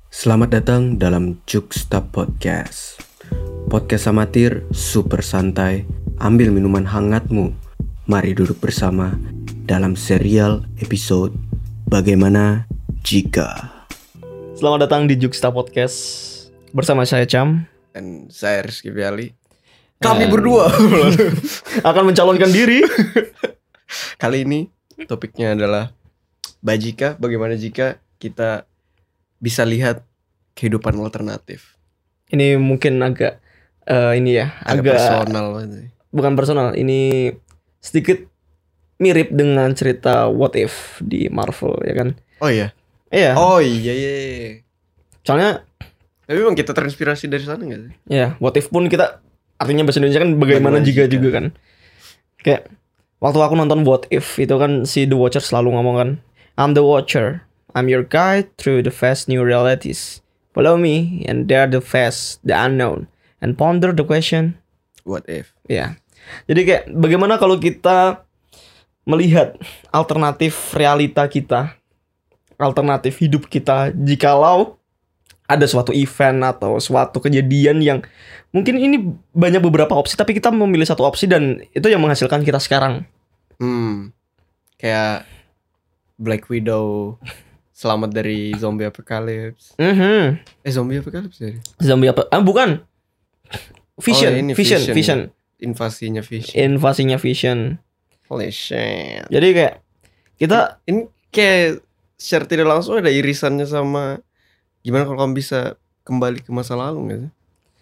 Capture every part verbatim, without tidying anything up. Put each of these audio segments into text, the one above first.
Selamat datang dalam Juxta Podcast. Podcast amatir, super santai. Ambil minuman hangatmu. Mari duduk bersama dalam serial episode Bagaimana Jika. Selamat datang di Juxta Podcast. Bersama saya Cam. Dan saya Rizky Biali. Kami Dan berdua akan mencalonkan diri. Kali ini topiknya adalah Bajika. Bagaimana jika kita bisa lihat kehidupan alternatif. Ini mungkin agak uh, ini ya, Agak, agak personal banget. bukan personal. Ini sedikit mirip dengan cerita What If di Marvel, ya kan? Oh iya. Iya. Oh iya iya. Soalnya Tapi memang kita terinspirasi dari sana nggak sih? ya What If pun kita artinya bahasa Indonesia kan bagaimana, Bagaimana jika, jika juga kan. Kayak waktu aku nonton What If itu kan si The Watcher selalu ngomong kan, I'm the Watcher. I'm your guide through the vast new realities. Follow me and dare the vast, the unknown, and ponder the question. What if? Ya, jadi kayak bagaimana kalau kita melihat alternatif realita kita, alternatif hidup kita, jikalau ada suatu event atau suatu kejadian yang mungkin ini banyak beberapa opsi, tapi kita memilih satu opsi dan itu yang menghasilkan kita sekarang. Hmm, kayak Black Widow selamat dari zombie apocalypse. Mm-hmm. Eh zombie apocalypse dari? Zombie apa? Ah bukan. Vision, Oh, ini Vision, Vision. Vision. Invasinya Vision. Invasinya Vision. Holy shit. Jadi kayak kita Ini kayak secara tidak langsung ada irisannya sama gimana kalau kamu bisa kembali ke masa lalu nggak sih?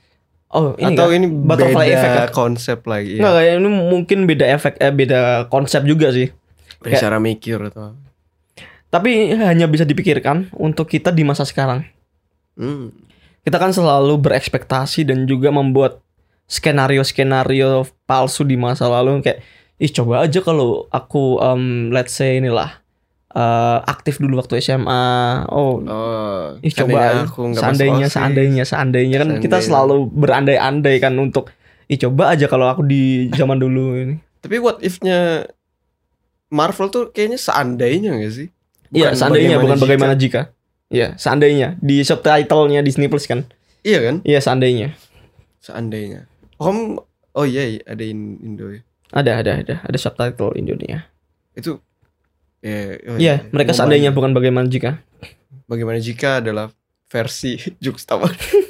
oh ini Atau kah? ini Butterfly beda effect kah? konsep lagi? Nggak, Ya. kayak ini mungkin beda efek, eh beda konsep juga sih. Beda kayak- cara mikir atau? Tapi hanya bisa dipikirkan untuk kita di masa sekarang. Hmm. Kita kan selalu berekspektasi dan juga membuat skenario-skenario palsu di masa lalu. Kayak, ih coba aja kalau aku, um, let's say inilah, uh, aktif dulu waktu S M A. Oh, Oh, ih seandainya coba aja. aku nggak Seandainya, masuk OSIS. seandainya, seandainya kan kita Seandainya. selalu berandai-andai kan untuk, ih coba aja kalau aku di zaman dulu ini. Tapi what if-nya Marvel tuh kayaknya seandainya gak sih? Iya, seandainya bukan bagaimana jika. Iya, seandainya di subtitle-nya Disney Plus kan. Iya kan? Iya, seandainya. Seandainya. Oh, kamu- oh iya, iya, ada in- Indo ya. Ada, ada, ada, ada subtitle Indonesia. Itu ya, oh Iya, mereka Ngomong- seandainya bukan bagaimana jika. Bagaimana jika adalah versi Juxta.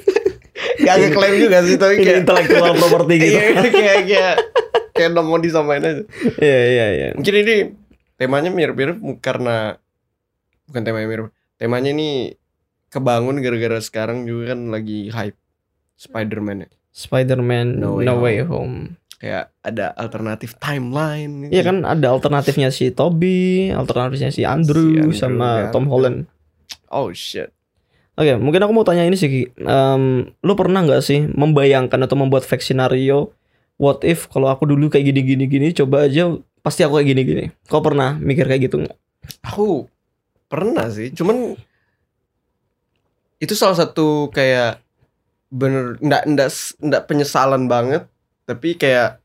Gak ngeklaim juga sih tapi Ini kayak intellectual property gitu. Iya, kayak kayak kayak udah mau disamain aja. Iya, iya, iya. Mungkin ini temanya mirip-mirip karena bukan temanya mirip. Temanya ini kebangun gara-gara sekarang juga kan lagi hype Spider-Man ya. Spider-Man No No Way Way, Home. Kayak ada alternatif timeline. Iya kan ada alternatifnya si Tobey, alternatifnya si Andrew, Si Andrew, sama ya. Tom Holland. Oh shit. Oke, mungkin aku mau tanya ini sih, Ki. Um, lu pernah nggak sih membayangkan atau membuat fake scenario what if kalau aku dulu kayak gini gini gini, coba aja pasti aku kayak gini gini. Kau pernah mikir kayak gitu nggak? Aku pernah sih, cuman itu salah satu kayak bener ndak ndak ndak penyesalan banget, tapi kayak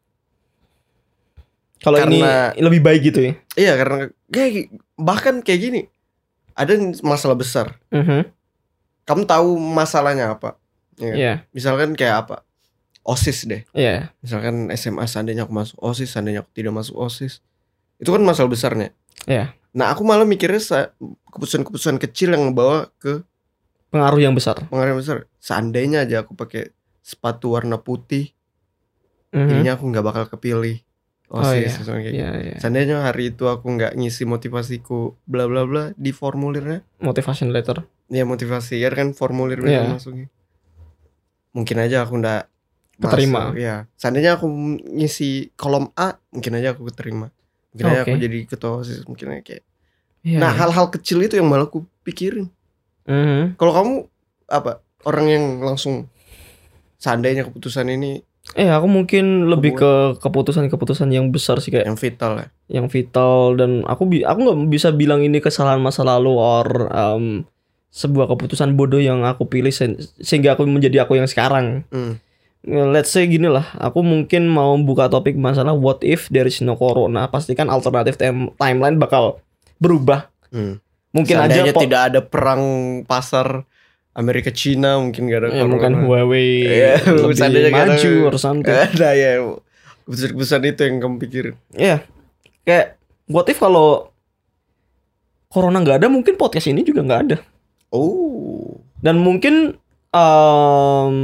Kalau ini Karena- lebih baik gitu ya? iya karena kayak bahkan kayak gini ada masalah besar. Mhm. Kamu tahu masalahnya apa? Ya kan? Iya, Misalkan kayak apa? OSIS deh. iya, Misalkan S M A seandainya aku masuk OSIS, seandainya aku tidak masuk OSIS. Itu kan masalah besarnya. iya. Nah, aku malah mikirnya sa- keputusan-keputusan kecil yang ngebawa ke Pengaruh yang besar. pengaruh yang besar. Seandainya aja aku pakai sepatu warna putih, Mhm. jadinya aku nggak bakal kepilih Oh OSIS. iya, misalnya kayak iya, gitu. iya. Seandainya hari itu aku nggak ngisi motivasiku bla bla bla di formulirnya. Motivation letter. Ya motivasi ya kan formulir Iya. bisa masukin. Mungkin aja aku nggak Keterima. masuk, ya. Seandainya aku ngisi kolom A, mungkin aja aku keterima. Mungkin aja aku Oke. jadi ketua OSIS, mungkin aja kayak. Iya, Nah, iya. hal-hal kecil itu yang malah aku pikirin. Mhm. Kalau kamu apa? Orang yang langsung seandainya keputusan ini Eh aku mungkin lebih ke Hubungan. keputusan-keputusan yang besar sih, kayak yang vital ya. yang vital, dan aku bi- aku nggak bisa bilang ini kesalahan masa lalu or um, sebuah keputusan bodoh yang aku pilih se- sehingga aku menjadi aku yang sekarang. Hmm. Let's say gini lah, aku mungkin mau buka topik masalah what if there is no corona. Pastikan alternatif time- timeline bakal berubah. Hmm. Mungkin Seandainya aja po- tidak ada perang pasar Amerika Cina mungkin gak ada Ya, corona. mungkin Huawei Iya, lebih seandainya gak ada- maju or something. Gak ada ya. Keputusan itu yang kamu pikirin. Iya. Kayak what if kalau corona nggak ada, mungkin podcast ini juga nggak ada. Oh. Dan mungkin um,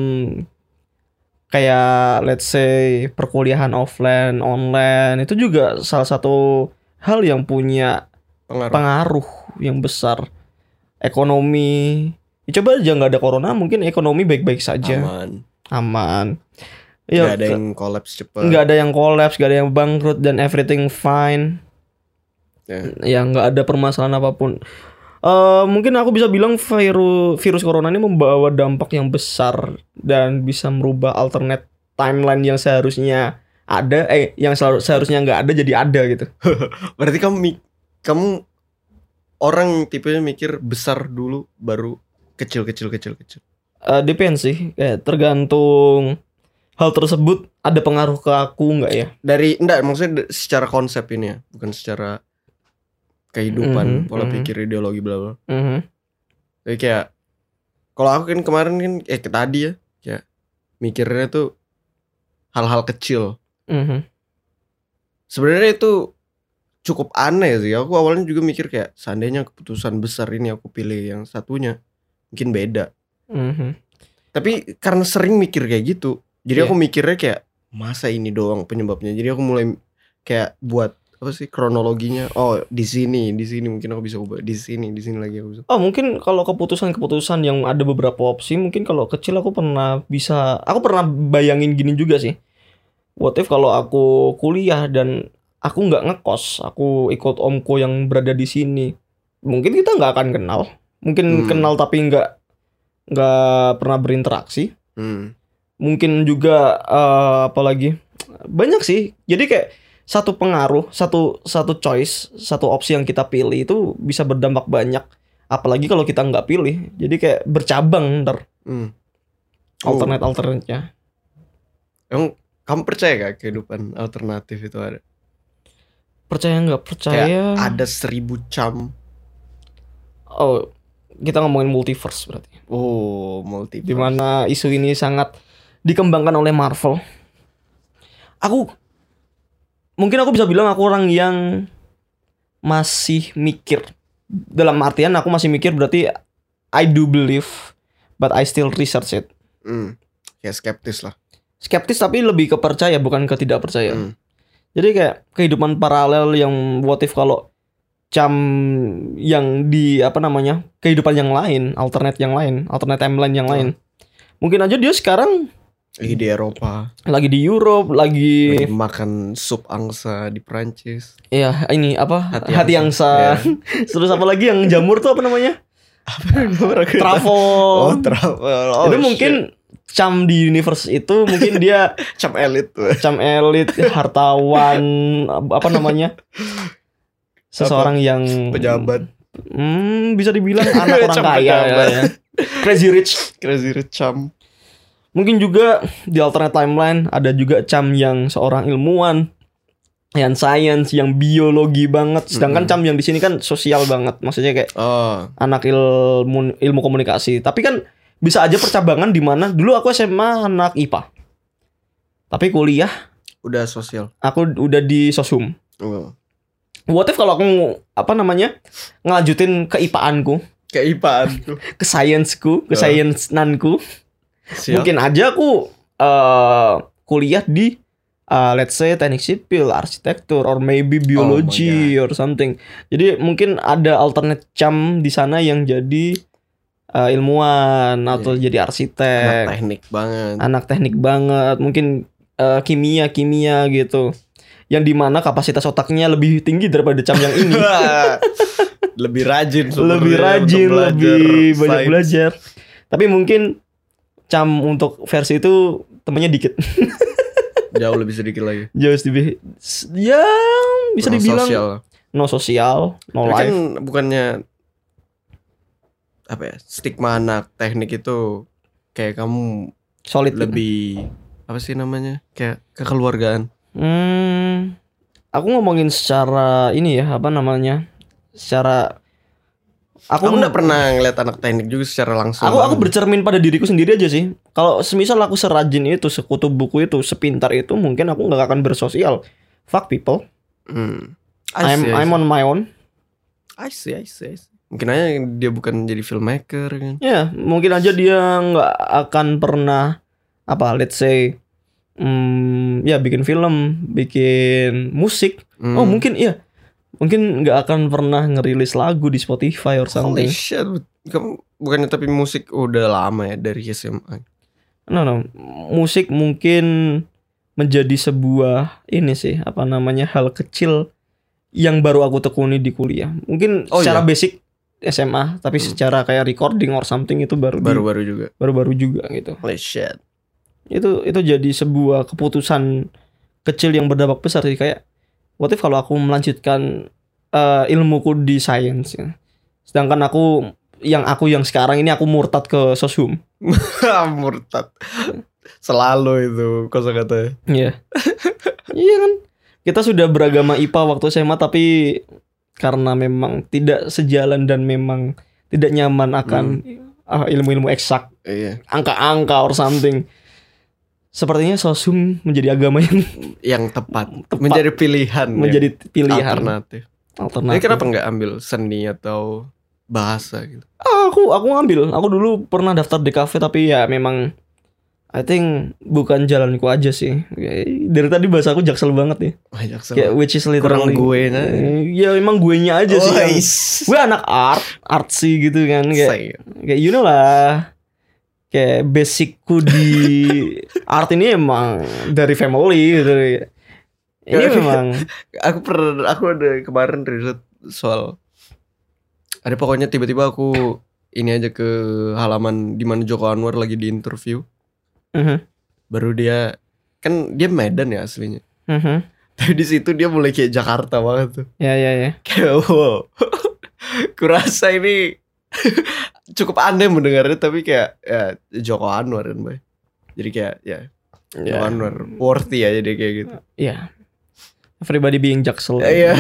kayak let's say perkuliahan offline, online itu juga salah satu hal yang punya Pengaruh. pengaruh yang besar. Ekonomi. Ya, coba aja nggak ada corona, mungkin ekonomi baik-baik saja. Aman. Aman. Gak Ya, ada yang collapse cepat. nggak ada yang collapse, nggak ada yang bangkrut dan everything fine. Ya. Ya nggak ada permasalahan apapun. Eh mungkin aku bisa bilang virus virus corona ini membawa dampak yang besar dan bisa merubah alternate timeline yang seharusnya ada, eh yang selalu, seharusnya nggak ada jadi ada gitu. Berarti kamu mi- kamu orang tipenya mikir besar dulu baru kecil kecil kecil kecil. Eh depend sih, kayak tergantung hal tersebut ada pengaruh ke aku nggak ya? Dari enggak maksudnya de- secara konsep ini ya, bukan secara kehidupan, Mhm, pola mhm. pikir, ideologi bla bla. Mhm. Jadi kayak kalau aku kan kemarin kan eh ke tadi ya, kayak mikirnya tuh hal-hal kecil. Mhm. Sebenarnya itu cukup aneh sih. Aku awalnya juga mikir kayak seandainya keputusan besar ini aku pilih yang satunya, mungkin beda. Mhm. Tapi karena sering mikir kayak gitu, jadi Iya. aku mikirnya kayak masa ini doang penyebabnya. Jadi aku mulai kayak buat apa sih kronologinya. Oh, di sini, di sini mungkin aku bisa ubah. Di sini, di sini lagi aku bisa. Oh mungkin kalau keputusan-keputusan yang ada beberapa opsi, mungkin kalau kecil aku pernah bisa, aku pernah bayangin gini juga sih. What if kalau aku kuliah dan aku nggak ngekos, aku ikut omku yang berada di sini, mungkin kita nggak akan kenal. Mungkin Hmm. kenal tapi nggak nggak pernah berinteraksi. Hmm. Mungkin juga eh, apalagi banyak sih. Jadi kayak satu pengaruh, satu satu choice, satu opsi yang kita pilih itu bisa berdampak banyak. Apalagi kalau kita nggak pilih, jadi kayak bercabang ntar Hmm. Oh. alternate alternate-nya. Emang kamu percaya gak kehidupan alternatif itu ada? Percaya nggak percaya? Kayak ada seribu cam. Oh, kita ngomongin multiverse berarti. Oh, multiverse. Dimana isu ini sangat dikembangkan oleh Marvel. Aku mungkin aku bisa bilang aku orang yang masih mikir. Dalam artian aku masih mikir berarti I do believe but I still research it. Hmm. Kayak skeptis lah. Skeptis tapi lebih ke percaya bukan ke tidak percaya. Hmm. Jadi kayak kehidupan paralel yang what if kalau jam yang di apa namanya kehidupan yang lain, alternate yang lain, alternate timeline yang lain. Mungkin aja dia sekarang Lagi di Eropa, lagi di Europe, lagi lagi makan sup angsa di Prancis. ya ini apa Hati hati, angsa. angsa. Terus apa lagi yang jamur tuh apa namanya? Travel. Oh, travel. Oh, itu shit. mungkin cam di universe itu mungkin dia cam elit tuh. cam elit, hartawan, apa namanya? Seseorang yang Pejabat. Hmm, bisa dibilang anak orang Cam kaya pejabat. ya. Crazy rich. Crazy rich cam. Mungkin juga di alternate timeline ada juga cam yang seorang ilmuwan, yang science, yang biologi banget. Sedangkan Mm-mm. cam yang di sini kan sosial banget. Maksudnya kayak Oh, anak ilmu ilmu komunikasi. Tapi kan bisa aja percabangan di mana dulu aku S M A anak I P A. Tapi kuliah udah sosial. aku udah di Soshum. Oh. What if kalau aku apa namanya? Ngelanjutin ke I P A-anku, Kayak I P A tuh. ke science-ku, ke Oh. science-nanku. Siap. Mungkin aja aku eh, kuliah di uh, let's say teknik sipil, arsitektur, or maybe biology or something. Jadi mungkin ada alternate jam di sana yang jadi uh, ilmuwan atau jadi Anak arsitek, teknik banget. anak teknik banget, mungkin uh, kimia kimia gitu. Yang dimana kapasitas otaknya lebih tinggi daripada cam yang ini. Lebih rajin Lebih sebenarnya rajin, untuk belajar lebih banyak sains. belajar. Tapi mungkin cam untuk versi itu temennya dikit. Jauh lebih sedikit lagi. Jauh lebih ya bisa Kurang dibilang sosial. no sosial, no Tapi kan life. bukannya apa ya, stigma anak teknik itu kayak kamu Solid lebih apa sih namanya? Kayak kekeluargaan. Hmm, aku ngomongin secara ini ya, apa namanya? Secara Aku Aku nggak pernah ngeliat anak teknik juga secara langsung. Aku aku banget. bercermin pada diriku sendiri aja sih. Kalau semisal aku serajin itu, sekutu buku itu, sepintar itu, mungkin aku nggak akan bersosial. Fuck people. Hmm. I I'm see, I I'm see. on my own. I see, I see, I see. Mungkin aja dia bukan jadi filmmaker kan. Ya, mungkin aja dia nggak akan pernah apa, let's say, hmm, ya bikin film, bikin musik. Hmm. Oh mungkin iya, mungkin nggak akan pernah ngerilis lagu di Spotify or something. Holy shit. Kamu bukannya tapi musik udah lama ya dari S M A. No no, musik mungkin menjadi sebuah ini sih, apa namanya, hal kecil yang baru aku tekuni di kuliah. Mungkin Oh, secara iya? basic S M A, tapi Hmm. secara kayak recording or something itu baru di- Baru-baru juga. baru-baru juga gitu. Holy shit. Itu itu jadi sebuah keputusan kecil yang berdampak besar sih, kayak what if kalau aku melanjutkan eh, ilmuku di sains ya. Sedangkan aku yang aku yang sekarang ini aku murtad ke soshum. Murtad. Selalu itu kosakata. Iya. Iya kan? Kita sudah beragama I P A waktu S M A, tapi karena memang tidak sejalan dan memang tidak nyaman akan ah, ilmu-ilmu eksak, Iya. angka-angka or something. Sepertinya soshum menjadi agama yang Yang tepat. Tepat. Menjadi pilihan. menjadi yang pilihan alternatif. Tapi alternatif. kenapa nggak ambil seni atau bahasa gitu? Ah, aku aku ngambil. Aku dulu pernah daftar di kafe, tapi ya memang I think bukan jalanku aja sih. Kayak, dari tadi bahasa aku jaksel banget nih. Banyak Kayak which is literally Kurang gue nya. Eh, ya emang gue nya aja sih. yang- gue anak art, artsy gitu kan, kayak Say. kayak you know lah. Kayak basicku di art ini emang dari family gitu. Ini memang Aku pernah aku ada kemarin riset soal ada pokoknya tiba-tiba aku ini aja ke halaman di mana Joko Anwar lagi di interview. Mhm, Baru dia kan dia Medan ya aslinya. mhm. Tapi di situ dia mulai kayak Jakarta banget tuh. Ya ya ya. Kayak wow. Kurasa ini cukup aneh mendengarnya tapi kayak ya Joko Anwar kan, Boy. Jadi kayak ya Joko Ya. Anwar worthy aja dia kayak gitu. Iya. Everybody being jaksel. Iya.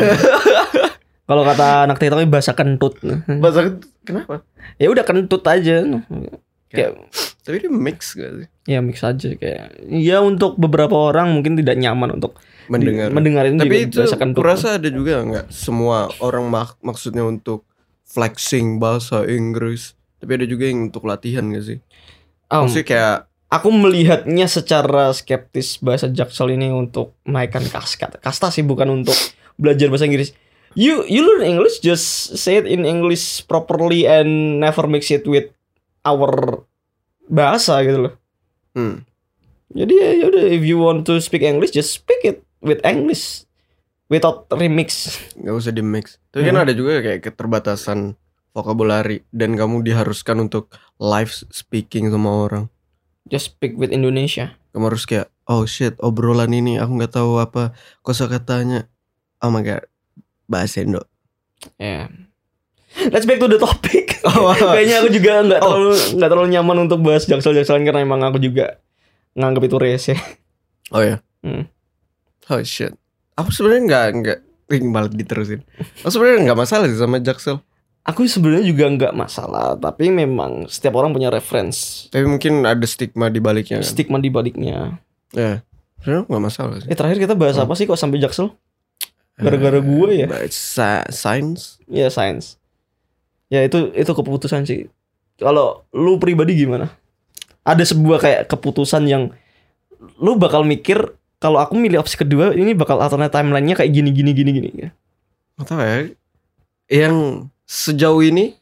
Kalau kata anak TikTok bahasa kentut. Bahasa kenapa? Ya udah kentut aja. Kayak Tapi dia mix gak sih? ya mix aja kayak. Ya untuk beberapa orang mungkin tidak nyaman untuk Mendengar. di- mendengarin Tapi juga itu bahasa kentut. kurasa ada juga nggak semua orang mak maksudnya untuk flexing bahasa Inggris. Tapi ada juga yang untuk latihan gak sih? Um, Maksudnya kayak aku melihatnya secara skeptis bahasa jaksel ini untuk menaikkan kasta. Kasta sih, bukan untuk belajar bahasa Inggris. You you learn English, just say it in English properly and never mix it with our bahasa gitu loh. hmm, Jadi ya yaudah, if you want to speak English, just speak it with English without remix. nggak usah di mix. Tapi kan Hmm. ada juga kayak keterbatasan vocabulary dan kamu diharuskan untuk live speaking sama orang. Just speak with Indonesia. Kamu harus kayak oh shit obrolan ini aku nggak tahu apa kosakatanya. Oh my god bahasa Indo. Ya. Let's back to the topic. Oh. Kayaknya aku juga nggak Oh. terlalu nggak terlalu nyaman untuk bahas jaksel-jakselan karena emang aku juga nganggap itu rese. Oh ya. Hmm. Oh shit. Aku sebenarnya nggak nggak ring balik diterusin. Aku sebenarnya nggak masalah sih sama Jaksel. Aku sebenarnya juga nggak masalah, tapi memang setiap orang punya reference, Tapi mungkin ada stigma di baliknya. Kan? stigma di baliknya. Ya. Sebenarnya nggak masalah sih. Eh terakhir kita bahas Hmm. apa sih kok sampai jaksel? Gara-gara gue ya? Eh, sa- science. Ya sains. Ya itu itu keputusan sih. Kalau lu pribadi gimana? Ada sebuah kayak keputusan yang lu bakal mikir kalau aku milih opsi kedua ini bakal alternate timeline-nya kayak gini gini gini gini. Nggak tahu ya. Yang sejauh ini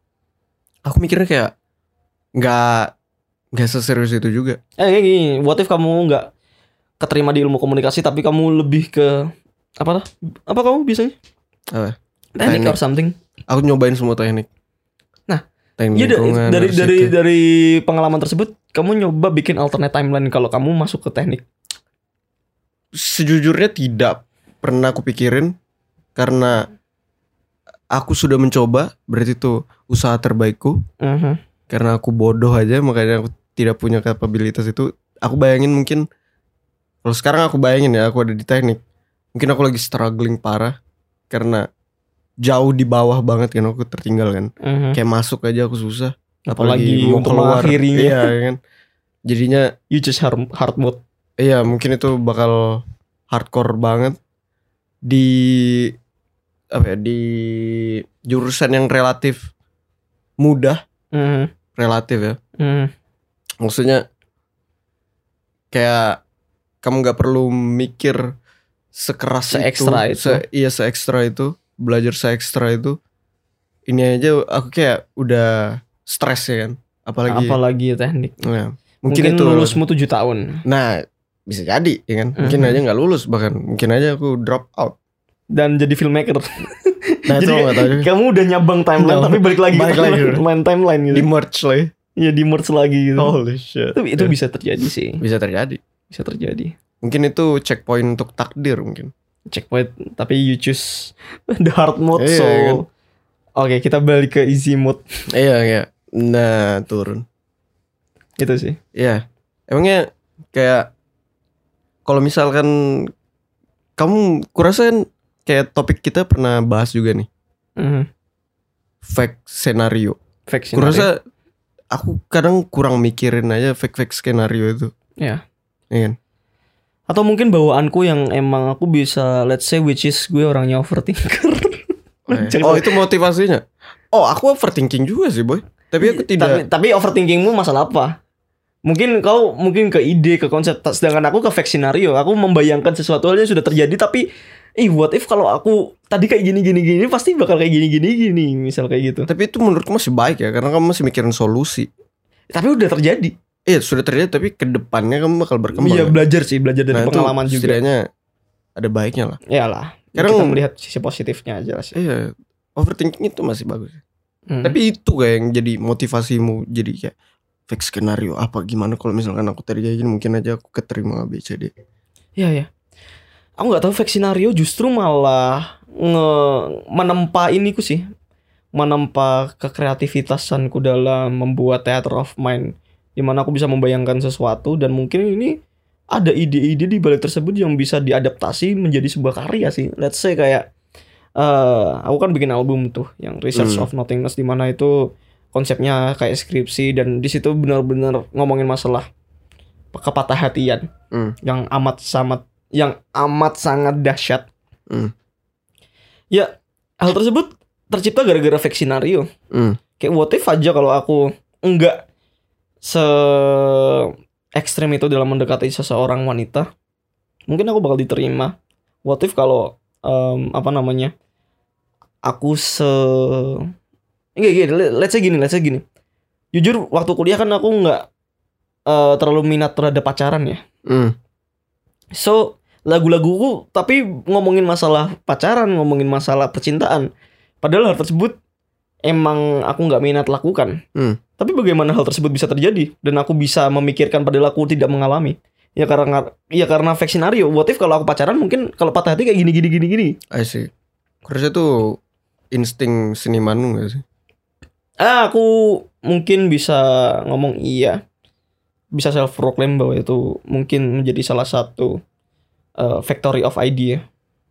aku mikirnya kayak nggak nggak seserius itu juga. Eh kayak gini, what if kamu nggak keterima di ilmu komunikasi tapi kamu lebih ke apa lah? Apa kamu biasanya? Apa? Teknik Teknik. or something. Aku nyobain semua teknik. Nah, teknik Iya da- lingkungan, dari dari arsitek. dari pengalaman tersebut kamu nyoba bikin alternate timeline kalau kamu masuk ke teknik. Sejujurnya tidak pernah aku pikirin karena aku sudah mencoba, berarti itu usaha terbaikku. Mhm. Karena aku bodoh aja makanya aku tidak punya kapabilitas itu. Aku bayangin mungkin kalau sekarang aku bayangin ya aku ada di teknik, mungkin aku lagi struggling parah karena jauh di bawah banget kan, aku tertinggal kan. Mhm. Kayak masuk aja aku susah. Apalagi untuk mengakhirinya. Iya kan. Jadinya You just hard, hard mode. iya mungkin itu bakal hardcore banget di apa ya, di jurusan yang relatif mudah, Mhm. relatif ya. Mhm. Maksudnya kayak kamu nggak perlu mikir sekeras Se-ekstra itu, itu. Se, iya se-ekstra itu, belajar se-ekstra itu. Ini aja aku kayak udah stres ya kan. Apalagi, Apalagi teknik. ya, Mungkin, mungkin, itu lulusmu tujuh tahun. Nah bisa jadi ya kan. Mungkin Mhm. aja nggak lulus, bahkan mungkin aja aku drop out. Dan jadi filmmaker. Nah itu Jadi nggak tahu juga. kamu udah nyabang timeline Nggak, tapi balik lagi balik ke lagi. timeline, main timeline gitu. Di merge lah ya. Iya di merge lagi gitu. Holy shit. Itu itu Ya, bisa terjadi sih. bisa terjadi. Bisa terjadi. Mungkin itu checkpoint untuk takdir mungkin. Checkpoint tapi you choose the hard mode. Iya, So kan? oke, kita balik ke easy mode. Iya iya. Nah turun. Itu sih. Iya. Emangnya kayak kalau misalkan kamu kurasa kan kayak topik kita pernah bahas juga nih, Mhm. fake scenario. Fake scenario. Kurasa aku kadang kurang mikirin aja fake-fake skenario itu. Iya. Iya kan? Atau mungkin bawaanku yang emang aku bisa, let's say which is gue orangnya overthinker. Oh itu motivasinya. Oh aku overthinking juga sih boy. Tapi aku Tapi, tidak. tapi overthinkingmu masalah apa? Mungkin kau mungkin ke ide, ke konsep. Sedangkan aku ke fake scenario. Aku membayangkan sesuatu hal yang sudah terjadi. Tapi, eh what if kalau aku tadi kayak gini gini gini pasti bakal kayak gini gini gini. Misal kayak gitu. Tapi itu menurutku masih baik ya, karena kamu masih mikirin solusi. Tapi udah terjadi. Iya sudah terjadi, tapi kedepannya kamu bakal berkembang. Iya kan? belajar sih, belajar dari Nah, itu pengalaman juga. setidaknya ada baiknya lah. Iyalah. Karena- Kita melihat sisi positifnya aja sih. Iya, overthinking itu masih bagus. Hmm. Tapi itu kayak yang jadi motivasimu, jadi kayak fake skenario apa gimana kalau misalkan aku tadi kayak gini mungkin aja aku keterima A B C D. Iya ya. Aku nggak tahu fake scenario justru malah nge menempa iniku sih. Menempa kekreativitasanku dalam membuat theater of mind. Dimana aku bisa membayangkan sesuatu dan mungkin ini ada ide-ide di balik tersebut yang bisa diadaptasi menjadi sebuah karya sih. Let's say kayak eh aku kan bikin album tuh yang Research Hmm. of Nothingness, di mana itu konsepnya kayak skripsi dan di situ benar-benar ngomongin masalah kepatah hatian Hmm. yang amat sangat yang amat sangat dahsyat. Hmm. Ya, hal tersebut tercipta gara-gara fake scenario. Hmm. Kayak what if aja kalau aku enggak se ekstrem itu dalam mendekati seseorang wanita, mungkin aku bakal diterima. What if kalau em, apa namanya? Aku se Enggak gini, let's say gini, let's say gini. Jujur waktu kuliah kan aku enggak eh, terlalu minat terhadap pacaran ya. Hmm. So lagu-laguku tapi ngomongin masalah pacaran, ngomongin masalah percintaan. Padahal hal tersebut emang aku nggak minat lakukan. Hmm. Tapi bagaimana hal tersebut bisa terjadi dan aku bisa memikirkan padahal aku tidak mengalami? Ya karena ya karena fake scenario. What if kalau aku pacaran mungkin kalau patah hati kayak gini gini gini gini. I see. Kurasa itu insting senimanmu gak sih? Ah, aku mungkin bisa ngomong iya. Bisa self proclaim bahwa itu mungkin menjadi salah satu uh, factory of idea.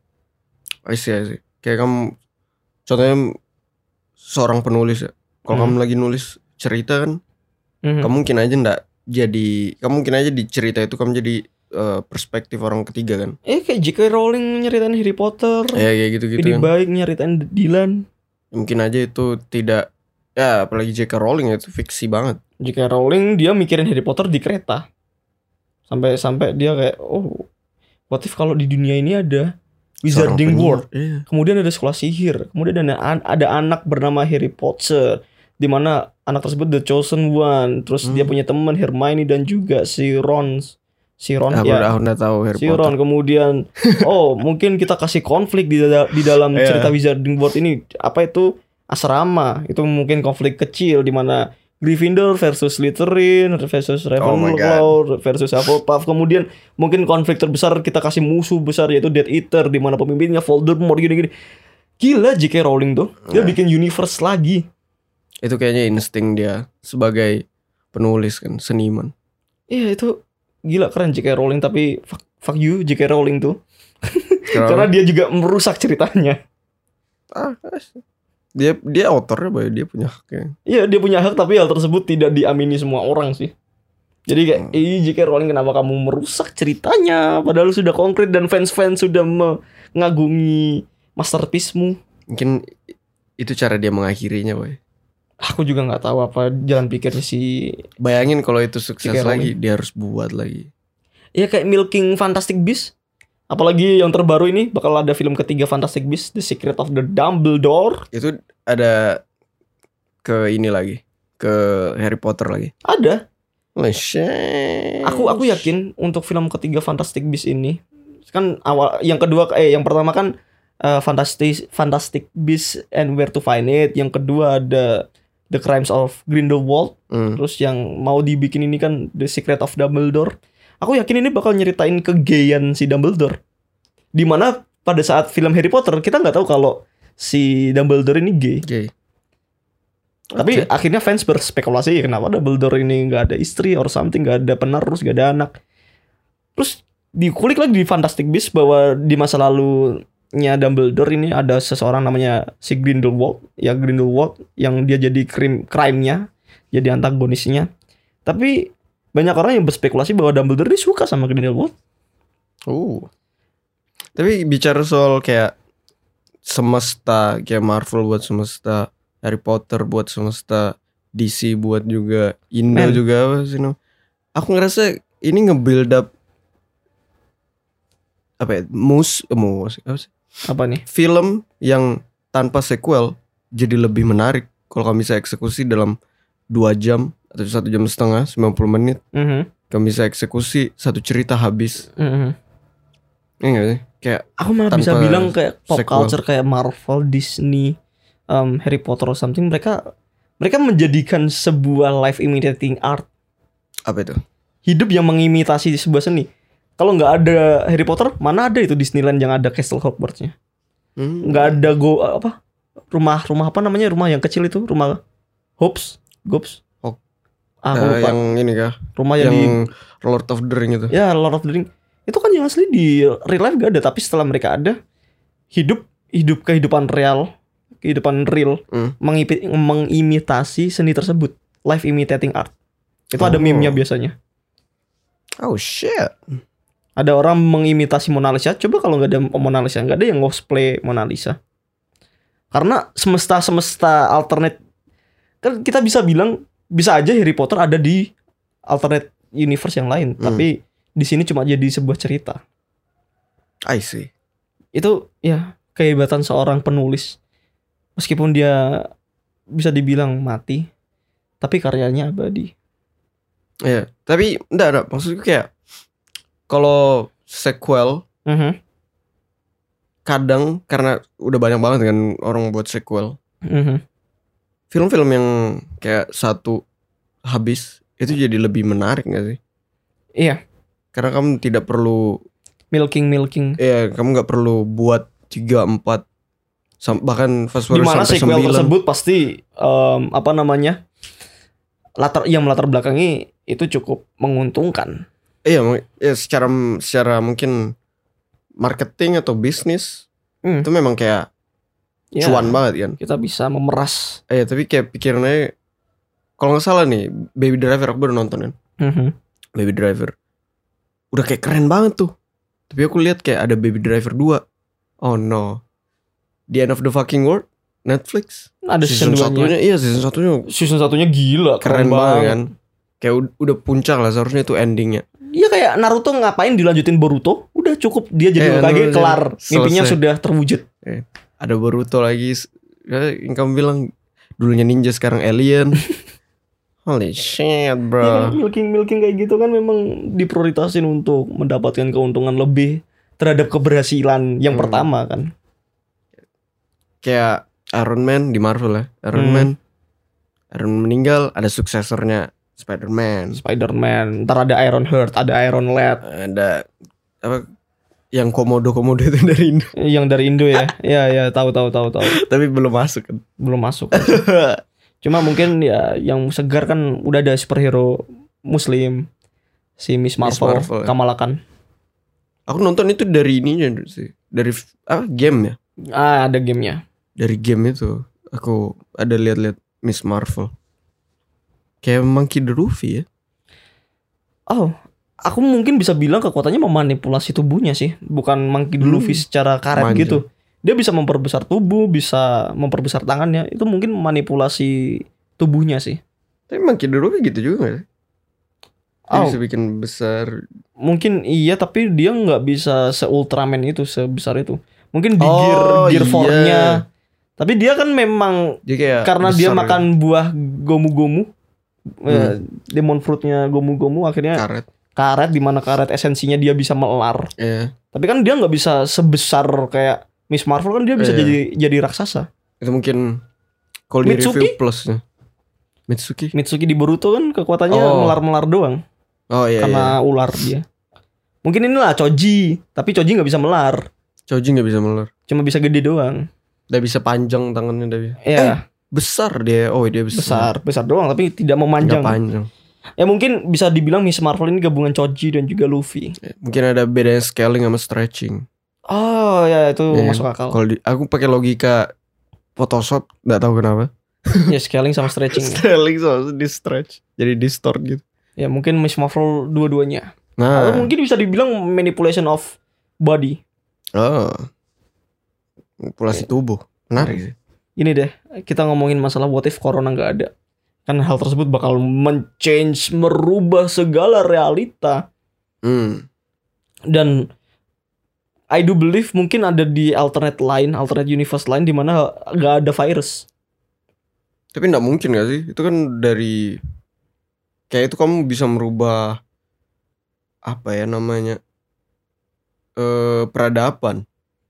I see, I see. Kayak kamu contohnya seorang penulis ya. Kalau Hmm. kamu lagi nulis cerita kan, Mhm. kamu mungkin aja ndak jadi, kamu mungkin aja di cerita itu kamu jadi eh, perspektif orang ketiga kan. Eh kayak J K Rowling nyeritain Harry Potter, Ya kayak gitu-gitu Ini kan. baik nyeritain Dylan. Mungkin aja itu tidak, ya apalagi J K Rowling itu fiksi banget. J K Rowling dia mikirin Harry Potter di kereta. Sampai-sampai dia kayak, oh, what if kalau di dunia ini ada Seorang Wizarding penyiar. World. Iya. Kemudian ada sekolah sihir. Kemudian ada, ada anak bernama Harry Potter, di mana anak tersebut the chosen one. Terus Hmm. dia punya teman Hermione dan juga si Ron. Si Ron Aku ya. udah, aku udah tahu Harry Si Potter. Ron kemudian oh mungkin kita kasih konflik di, da- di dalam Iya. cerita Wizarding World ini, apa itu asrama, itu mungkin konflik kecil di mana Gryffindor versus Slytherin versus Oh my Ravenclaw versus Hufflepuff. Kemudian mungkin konflik terbesar kita kasih musuh besar yaitu Death Eater di mana pemimpinnya Voldemort gini-gini. Gila J K Rowling tuh. Dia Nah. bikin universe lagi. Itu kayaknya insting dia sebagai penulis kan, seniman. Iya itu gila keren J K Rowling, tapi fuck, fuck you J K Rowling tuh. Kenapa? Karena dia juga merusak ceritanya. ah, dia dia autornya, Boy. Dia punya haknya. Iya, dia punya hak, tapi hal tersebut tidak diamini semua orang sih. Jadi kayak, Hmm. ih J K Rowling kenapa kamu merusak ceritanya? Padahal sudah konkret dan fans-fans sudah mengagungi masterpiece-mu. Mungkin itu cara dia mengakhirinya, Boy. Aku juga nggak tahu apa jalan pikirnya si. Bayangin kalau itu sukses J K lagi, dia harus buat lagi. Ya kayak Milking Fantastic Beasts. Apalagi yang terbaru ini bakal ada film ketiga Fantastic Beasts, The Secret of the Dumbledore. Itu ada ke ini lagi, ke Harry Potter lagi. Ada. Oh, shit. Aku aku yakin untuk film ketiga Fantastic Beasts ini kan awal, yang kedua eh yang pertama kan uh, Fantastic Fantastic Beasts and Where to Find It. Yang kedua ada The Crimes of Grindelwald. Hmm. Terus yang mau dibikin ini kan The Secret of Dumbledore. Aku yakin ini bakal nyeritain kegayan si Dumbledore. Dimana pada saat film Harry Potter kita nggak tahu kalau si Dumbledore ini gay. Gay. Tapi Oke. akhirnya fans berspekulasi kenapa Dumbledore ini nggak ada istri or something, nggak ada penerus, nggak ada anak. Terus dikulik lagi di Fantastic Beasts bahwa di masa lalunya Dumbledore ini ada seseorang namanya si Grindelwald, ya Grindelwald yang dia jadi crime crime-nya, jadi antagonisnya. Tapi banyak orang yang berspekulasi bahwa Dumbledore ini suka sama Grindelwald. Oh. Tapi bicara soal kayak semesta, kayak Marvel buat semesta, Harry Potter buat semesta, D C buat juga, Indo Man. juga apa sih no? Aku ngerasa ini nge-build up apa ya? Mus, eh, mus apa sih? Apa nih? Film yang tanpa sequel jadi lebih menarik kalau kamu bisa eksekusi dalam dua jam atau satu jam setengah, sembilan puluh menit. Mhm. Kamu bisa eksekusi satu cerita habis. Mhm. Iya gak sih? Kayak Aku malah Tanpa bisa bilang kayak pop sequel. culture kayak Marvel, Disney, um, Harry Potter or something, mereka mereka menjadikan sebuah life imitating art, apa itu? hidup yang mengimitasi sebuah seni. Kalau nggak ada Harry Potter, mana ada itu Disneyland yang ada Castle Hogwarts-nya? Hmm. Nggak ada go apa rumah rumah apa namanya, rumah yang kecil itu, rumah Hopes, Gops. Oh. Ah, aku Eh, lupa. yang ini kah? Rumah yang, Yang di Lord of the Ring itu. ya Lord of the Ring. Itu kan yang asli di real life gak ada, tapi setelah mereka ada, hidup hidup kehidupan real, kehidupan real Hmm. mengipi- mengimitasi seni tersebut, life imitating art. Itu ada Oh. meme-nya biasanya. Oh shit. Ada orang mengimitasi Mona Lisa. Coba kalau nggak ada Mona Lisa, nggak ada yang cosplay Mona Lisa. Karena semesta-semesta alternate, kan kita bisa bilang bisa aja Harry Potter ada di alternate universe yang lain, Hmm. tapi di sini cuma jadi sebuah cerita. I see. Itu ya kehebatan seorang penulis. Meskipun dia bisa dibilang mati, tapi karyanya abadi. Iya, tapi enggak ada maksudku kayak kalau sequel Mhm. kadang karena udah banyak banget kan orang buat sequel. Mhm. Film-film yang kayak satu habis itu jadi lebih menarik gak sih? Iya, Karena kamu tidak perlu milking milking. ya kamu nggak perlu buat tiga empat sam- bahkan fast Di forward mana sampai sequel sembilan. tersebut pasti em, apa namanya? Latar yang melatar belakangi itu cukup menguntungkan. Iya, mung- ya secara secara mungkin marketing atau bisnis Hmm. itu memang kayak Ya, cuan banget kan. kita bisa memeras. Eh tapi kayak pikirannya kalau nggak salah nih Baby Driver aku baru nonton kan. Mhm. Baby Driver udah kayak keren banget tuh. Tapi aku lihat kayak ada Baby Driver dua. Oh no. The End of the Fucking World Netflix. Ada season, Season satunya. satunya iya season satunya Season satunya gila, keren banget kan. Kayak ud- udah puncak lah seharusnya itu endingnya. Iya kayak Naruto ngapain dilanjutin Boruto? Udah cukup dia jadi Eh, Hokage Naruto kelar. selesai. Mimpinya sudah terwujud. Ada Boruto lagi. Ya, yang kamu bilang dulunya ninja sekarang alien. Holy shit Iya bro. kan, milking milking kayak gitu kan memang diprioritasin untuk mendapatkan keuntungan lebih terhadap keberhasilan yang Hmm. pertama kan. Kayak Iron Man di Marvel ya. Iron Hmm. Man Iron Man meninggal, ada suksesornya Spider-Man. Spider-Man, ntar ada Iron Heart, ada Iron Lad, Ada apa yang komodo-komodo itu dari Indo. yang dari Indo ya. Iya ya, tahu tahu tahu tahu. Tapi belum masuk kan. Belum masuk. Cuma mungkin ya yang segar kan udah ada superhero Muslim, si Miss Miss Marvel, Marvel, ya. Kamala Khan. Aku nonton itu dari ininya sih. Dari f- apa game ya. Ah, ada gamenya. dari game itu aku ada lihat-lihat Miss Marvel. Kayak Monkey D. Luffy ya. Oh, aku mungkin bisa bilang kekuatannya memanipulasi tubuhnya sih, bukan Monkey D. Hmm, Luffy secara karet manja. gitu. Dia bisa memperbesar tubuh, bisa memperbesar tangannya. Itu mungkin manipulasi tubuhnya sih. Tapi Monkey D. Luffy gitu juga gak sih? Dia Oh, bisa bikin besar. mungkin iya, tapi dia nggak bisa se-Ultraman itu, sebesar itu. Mungkin di Oh, gear gear iya. four-nya. Tapi dia kan memang Dia kayak karena dia besar makan buah gomu-gomu, Hmm. eh, demon fruitnya gomu-gomu, akhirnya gitu. Karet. karet, di mana karet esensinya dia bisa melar. Iya. Tapi kan dia nggak bisa sebesar kayak Miss Marvel, kan dia bisa Iya. jadi jadi raksasa. Itu mungkin kalau di Mitsuki? review plusnya. Mitsuki. Mitsuki di Boruto kan kekuatannya Oh. melar-melar doang Oh iya. karena iya. ular dia. Mungkin inilah Choji, tapi Choji nggak bisa melar, Choji nggak bisa melar. cuma bisa gede doang. Udah bisa panjang tangannya udah bisa. Ya, Besar dia. Oh dia besar. besar, besar doang tapi tidak memanjang. Nggak panjang. Ya mungkin bisa dibilang Miss Marvel ini gabungan Choji dan juga Luffy. Mungkin ada bedanya scaling sama stretching. Oh ya, itu Iya, masuk akal. Kalau di, aku pakai logika Photoshop, nggak tahu kenapa. Ya scaling sama stretching. Scaling sama di stretch, jadi distort gitu. Ya mungkin Miss Marvel dua-duanya. Nah, Atau mungkin bisa dibilang manipulation of body. oh, manipulasi tubuh, menarik sih. Ini deh, kita ngomongin masalah what if corona nggak ada. Kan hal tersebut bakal men-change, merubah segala realita. Hmm. Dan I do believe mungkin ada di alternate line, alternate universe line di mana nggak ada virus. Tapi nggak mungkin gak sih? Itu kan dari kayak itu kamu bisa merubah apa ya namanya eh peradaban.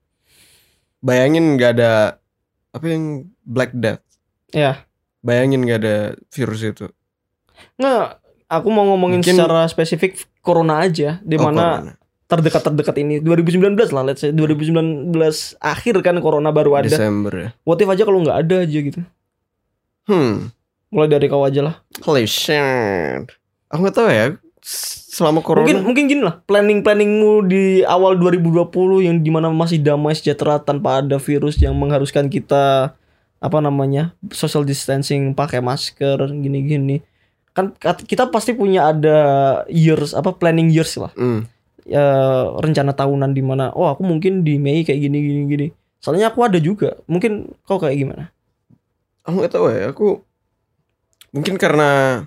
Bayangin nggak ada apa yang Black Death. Ya, Bayangin nggak ada virus itu. nggak. Aku mau ngomongin Mungkin- secara spesifik corona aja, di Oh, mana corona. terdekat-terdekat ini dua ribu sembilan belas lah, let's say dua ribu sembilan belas akhir kan corona baru ada. Desember ya. What if aja kalau nggak ada aja gitu. Hmm. Mulai dari kau aja lah. Holy shit. Aku nggak tahu ya. Selama corona. Mungkin mungkin gini lah, planning-planningmu di awal dua ribu dua puluh yang dimana masih damai sejahtera tanpa ada virus yang mengharuskan kita apa namanya social distancing, pakai masker, gini-gini. Kan kat- kita pasti punya ada years apa planning years lah. Hmm. Ya, rencana tahunan di mana oh aku mungkin di Mei kayak gini gini gini. Soalnya aku ada juga. Mungkin kau kayak gimana? Aku nggak tahu ya. Aku mungkin karena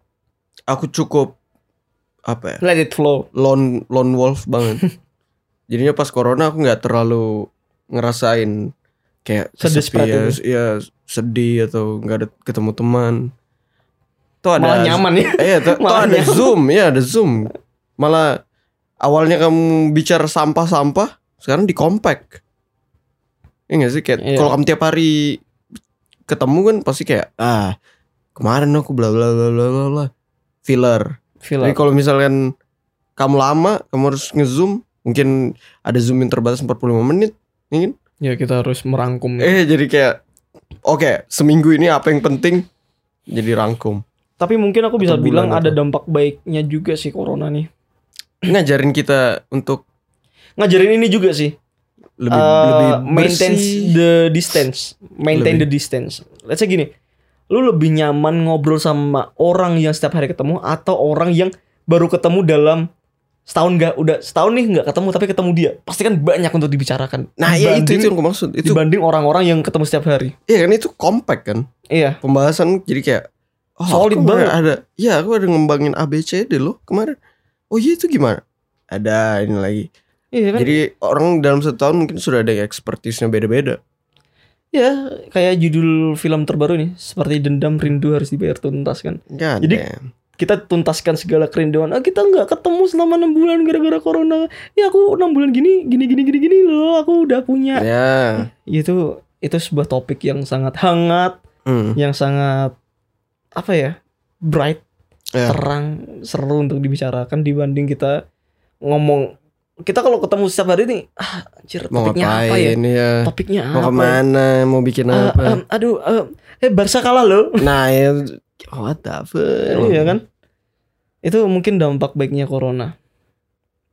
aku cukup apa ya? Let it flow. lone lone wolf banget. Jadinya pas corona aku nggak terlalu ngerasain kayak Sedesperate kesepian, itu. ya sedih atau nggak ada ketemu teman. Tuh ada Malah nyaman ya. Eh, tuh, tuh Malah ada nyaman. Zoom, ya ada Zoom. Malah awalnya kamu bicara sampah-sampah, sekarang di compact. Iya nggak sih kayak Iya. kalau kamu tiap hari ketemu kan pasti kayak ah kemarin aku bla bla bla bla bla bla filler. Feel Tapi kalau misalkan kamu lama, kamu harus nge-zoom, mungkin ada zoom yang terbatas empat puluh lima menit, ya kan? ya kita harus merangkum. Eh jadi kayak oke, seminggu ini apa yang penting jadi rangkum. Tapi mungkin aku bisa Atau bilang bulan ada atau- dampak baiknya juga sih corona nih. Ngajarin kita untuk Ngajarin ini juga sih. lebih eh, lebih maintain bersih. the distance, maintain Lebih. the distance. Let's say gini, lu lebih nyaman ngobrol sama orang yang setiap hari ketemu atau orang yang baru ketemu dalam setahun nggak udah setahun nih nggak ketemu tapi ketemu dia pasti kan banyak untuk dibicarakan. Nah, ya itu Dibanding- itu yang aku maksud. Itu dibanding orang-orang yang ketemu setiap hari. iya kan itu compact kan. Iya, Pembahasan jadi kayak oh, Solid aku kemarin banget. ada. Iya, aku ada ngembangin A B C D loh kemarin. Oh iya itu gimana? Ada ini lagi. iya kan. Jadi orang dalam satu tahun mungkin sudah ada expertise-nya beda-beda. Ya, kayak judul film terbaru nih, seperti dendam rindu harus dibayar tuntas kan. God Jadi- damn. Kita tuntaskan segala kerinduan. Ah, kita nggak ketemu selama enam bulan gara-gara corona. Ya aku enam bulan gini, gini, gini, gini, gini loh. Aku udah punya. Ya. Itu itu sebuah topik yang sangat hangat, Hmm. yang sangat apa ya, bright, Ya. terang, seru untuk dibicarakan dibanding kita ngomong. Kita kalau ketemu setiap hari nih, ah, anjir, Mau topiknya apa ya? ngapain ya? Topiknya Mau apa? ya? kemana? Mau bikin Ah, apa? em, aduh, em, eh Barca kalah loh. Nah ya, what the fuck? Iya kan? Itu mungkin dampak baiknya corona.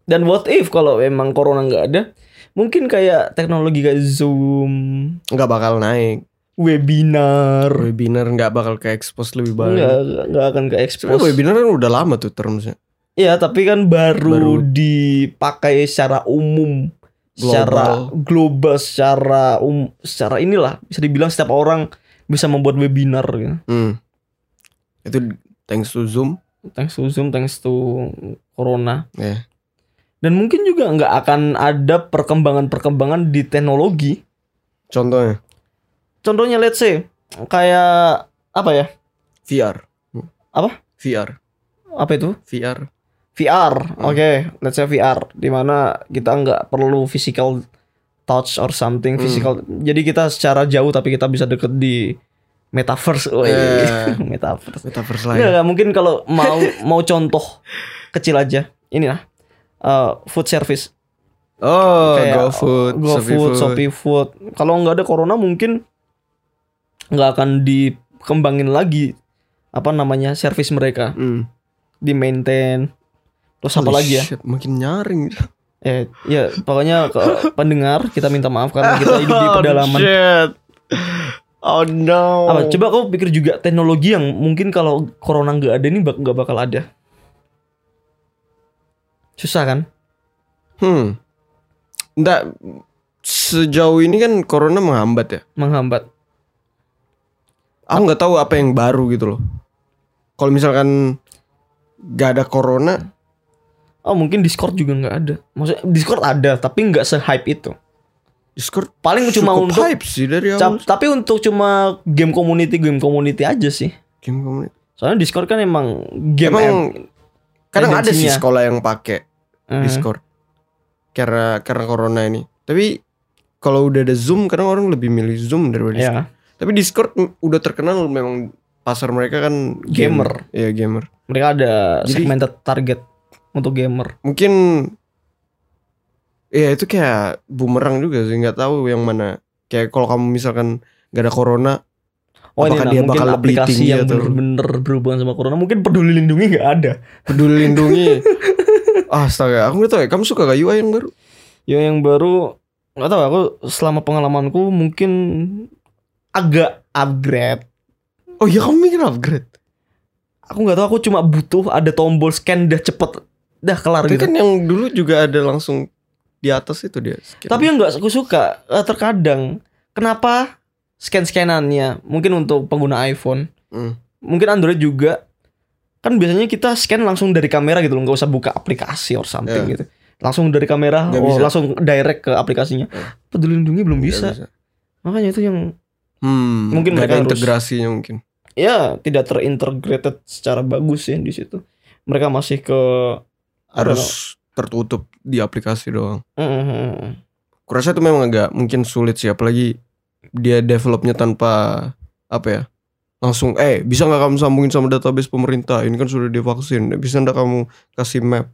Dan what if kalau emang corona nggak ada, mungkin kayak teknologi kayak Zoom, Nggak bakal naik. webinar, Webinar nggak bakal ke expose lebih banyak. nggak nggak akan ke Sebenarnya expose. webinar kan udah lama tuh termsnya. Iya, tapi kan baru, Baru. dipakai secara umum, secara global, secara um, secara inilah bisa dibilang setiap orang bisa membuat webinar gitu. Hmm. Itu thanks to Zoom. Thanks to Zoom, thanks to Corona. Ya. Dan mungkin juga nggak akan ada perkembangan-perkembangan di teknologi. Contohnya Contohnya let's say kayak apa ya? V R. Apa? V R. Apa itu? V R. V R. Oke, let's say V R di mana kita nggak perlu physical touch or something Hmm. physical. Jadi kita secara jauh tapi kita bisa deket di metaverse. Woi, Eh. metaverse. Metaverse Nggak, lain. nggak, mungkin kalau mau mau contoh kecil aja. Inilah uh, food service. Oh, Kayak GoFood, GoFood, Shopee Food. Kalau nggak ada corona mungkin nggak akan dikembangin lagi apa namanya service mereka, Hmm. di maintain. Terus apa Holy lagi ya? shit, makin nyaring. Eh, ya pokoknya ke pendengar kita minta maaf karena kita hidup di pedalaman. Oh, shit. Oh no. Apa? Coba kau pikir juga teknologi yang mungkin kalau corona nggak ada ini bak nggak bakal ada. Susah kan? Hmm. Nggak, sejauh ini kan corona menghambat ya. Menghambat. Aku nggak tahu apa yang baru gitu loh. Kalau misalkan nggak ada corona, Oh mungkin Discord juga nggak ada. Maksudnya Discord ada tapi nggak se-hype itu. Discord Paling cuma cukup untuk hype sih dari Cap- awal. tapi untuk cuma game community game community aja sih. Game community. Soalnya Discord kan emang game Emang em- kadang ada sih tendensinya. sekolah yang pakai Eh, Discord karena karena corona ini. Tapi kalau udah ada Zoom, kadang orang lebih milih Zoom daripada Discord. ya. Tapi Discord m- udah terkenal memang pasar mereka kan Gamer. Iya gamer. Mereka ada Jadi- segmented target untuk gamer. Mungkin ya itu kayak bumerang juga sih, nggak tahu yang mana. Kayak kalau kamu misalkan nggak ada corona, Oh ini apakah nah, dia mungkin bakal lebih aplikasi tinggi yang atau bener-bener berhubungan sama corona. Mungkin Peduli Lindungi nggak ada. Peduli Lindungi. Ah, astaga, aku nggak tahu ya. Kamu suka gak U I yang baru? Ya yang baru nggak tahu. Aku selama pengalamanku mungkin agak upgrade. Oh iya, kamu mikir upgrade. Aku nggak tahu. Aku cuma butuh ada tombol scan dah cepet, dah kelar Tapi gitu. kan yang dulu juga ada langsung di atas itu dia. scan. Tapi yang nggak aku suka eh, terkadang kenapa scan-scanannya mungkin untuk pengguna iPhone, Hmm. mungkin Android juga kan biasanya kita scan langsung dari kamera gitu loh, nggak usah buka aplikasi or something Ya. gitu. Langsung dari kamera, Nggak oh bisa. langsung direct ke aplikasinya. Ya. Peduli Lindungi belum Nggak bisa. Makanya itu yang Hmm, Mungkin nggak mereka ada harus- integrasinya mungkin. ya tidak terintegrated secara bagus ya di situ. Mereka masih ke Harus tertutup di aplikasi doang. Mm-mm. Kurasa itu memang agak mungkin sulit sih, apalagi dia developnya tanpa apa ya, langsung eh bisa nggak kamu sambungin sama database pemerintah, ini kan sudah divaksin, bisa nggak kamu kasih map,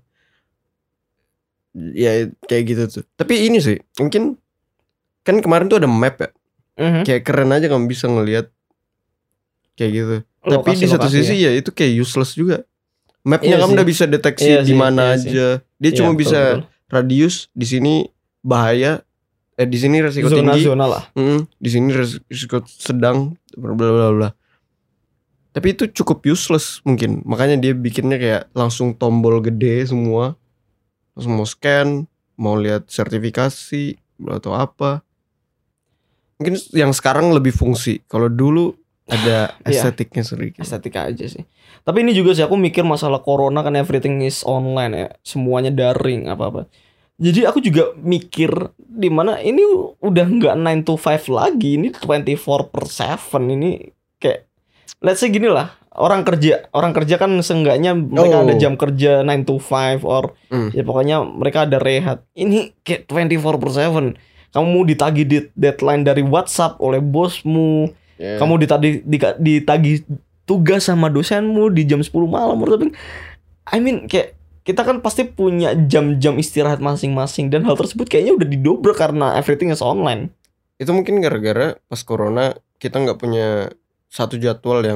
ya kayak gitu tuh. Tapi ini sih mungkin kan kemarin tuh ada map ya, Mhm. kayak keren aja kamu bisa ngelihat kayak gitu. Tapi di satu Lokasi-lokasi sisi ya. itu kayak useless juga. Mapnya Iya kamu sih. udah bisa deteksi Iya di sih, mana iya sih. aja. Dia Iya, cuma betul, bisa betul. radius di sini bahaya, eh di sini resiko tinggi. Zona-zona lah. Mm, di sini risiko sedang, bla bla bla bla. Tapi itu cukup useless mungkin. Makanya dia bikinnya kayak langsung tombol gede semua. Langsung mau scan, mau lihat sertifikasi atau apa. Mungkin yang sekarang lebih fungsi. Kalau dulu ada Iya. estetiknya sedikit. Estetika aja sih. Tapi ini juga sih aku mikir masalah corona kan everything is online ya. Semuanya daring apa-apa. Jadi aku juga mikir di mana ini udah nggak nine to five lagi, ini twenty-four per seven ini kayak let's say gini lah, orang kerja, orang kerja kan seenggaknya mereka Oh. ada jam kerja nine to five or Hmm. ya pokoknya mereka ada rehat. Ini kayak twenty-four per seven. Kamu ditagih di deadline dari WhatsApp oleh bosmu. Yeah. Kamu ditagih di- ditagih tugas sama dosenmu di jam sepuluh malam or something. I mean kayak kita kan pasti punya jam-jam istirahat masing-masing dan hal tersebut kayaknya udah didobrak karena everything is online. Itu mungkin gara-gara pas corona kita nggak punya satu jadwal yang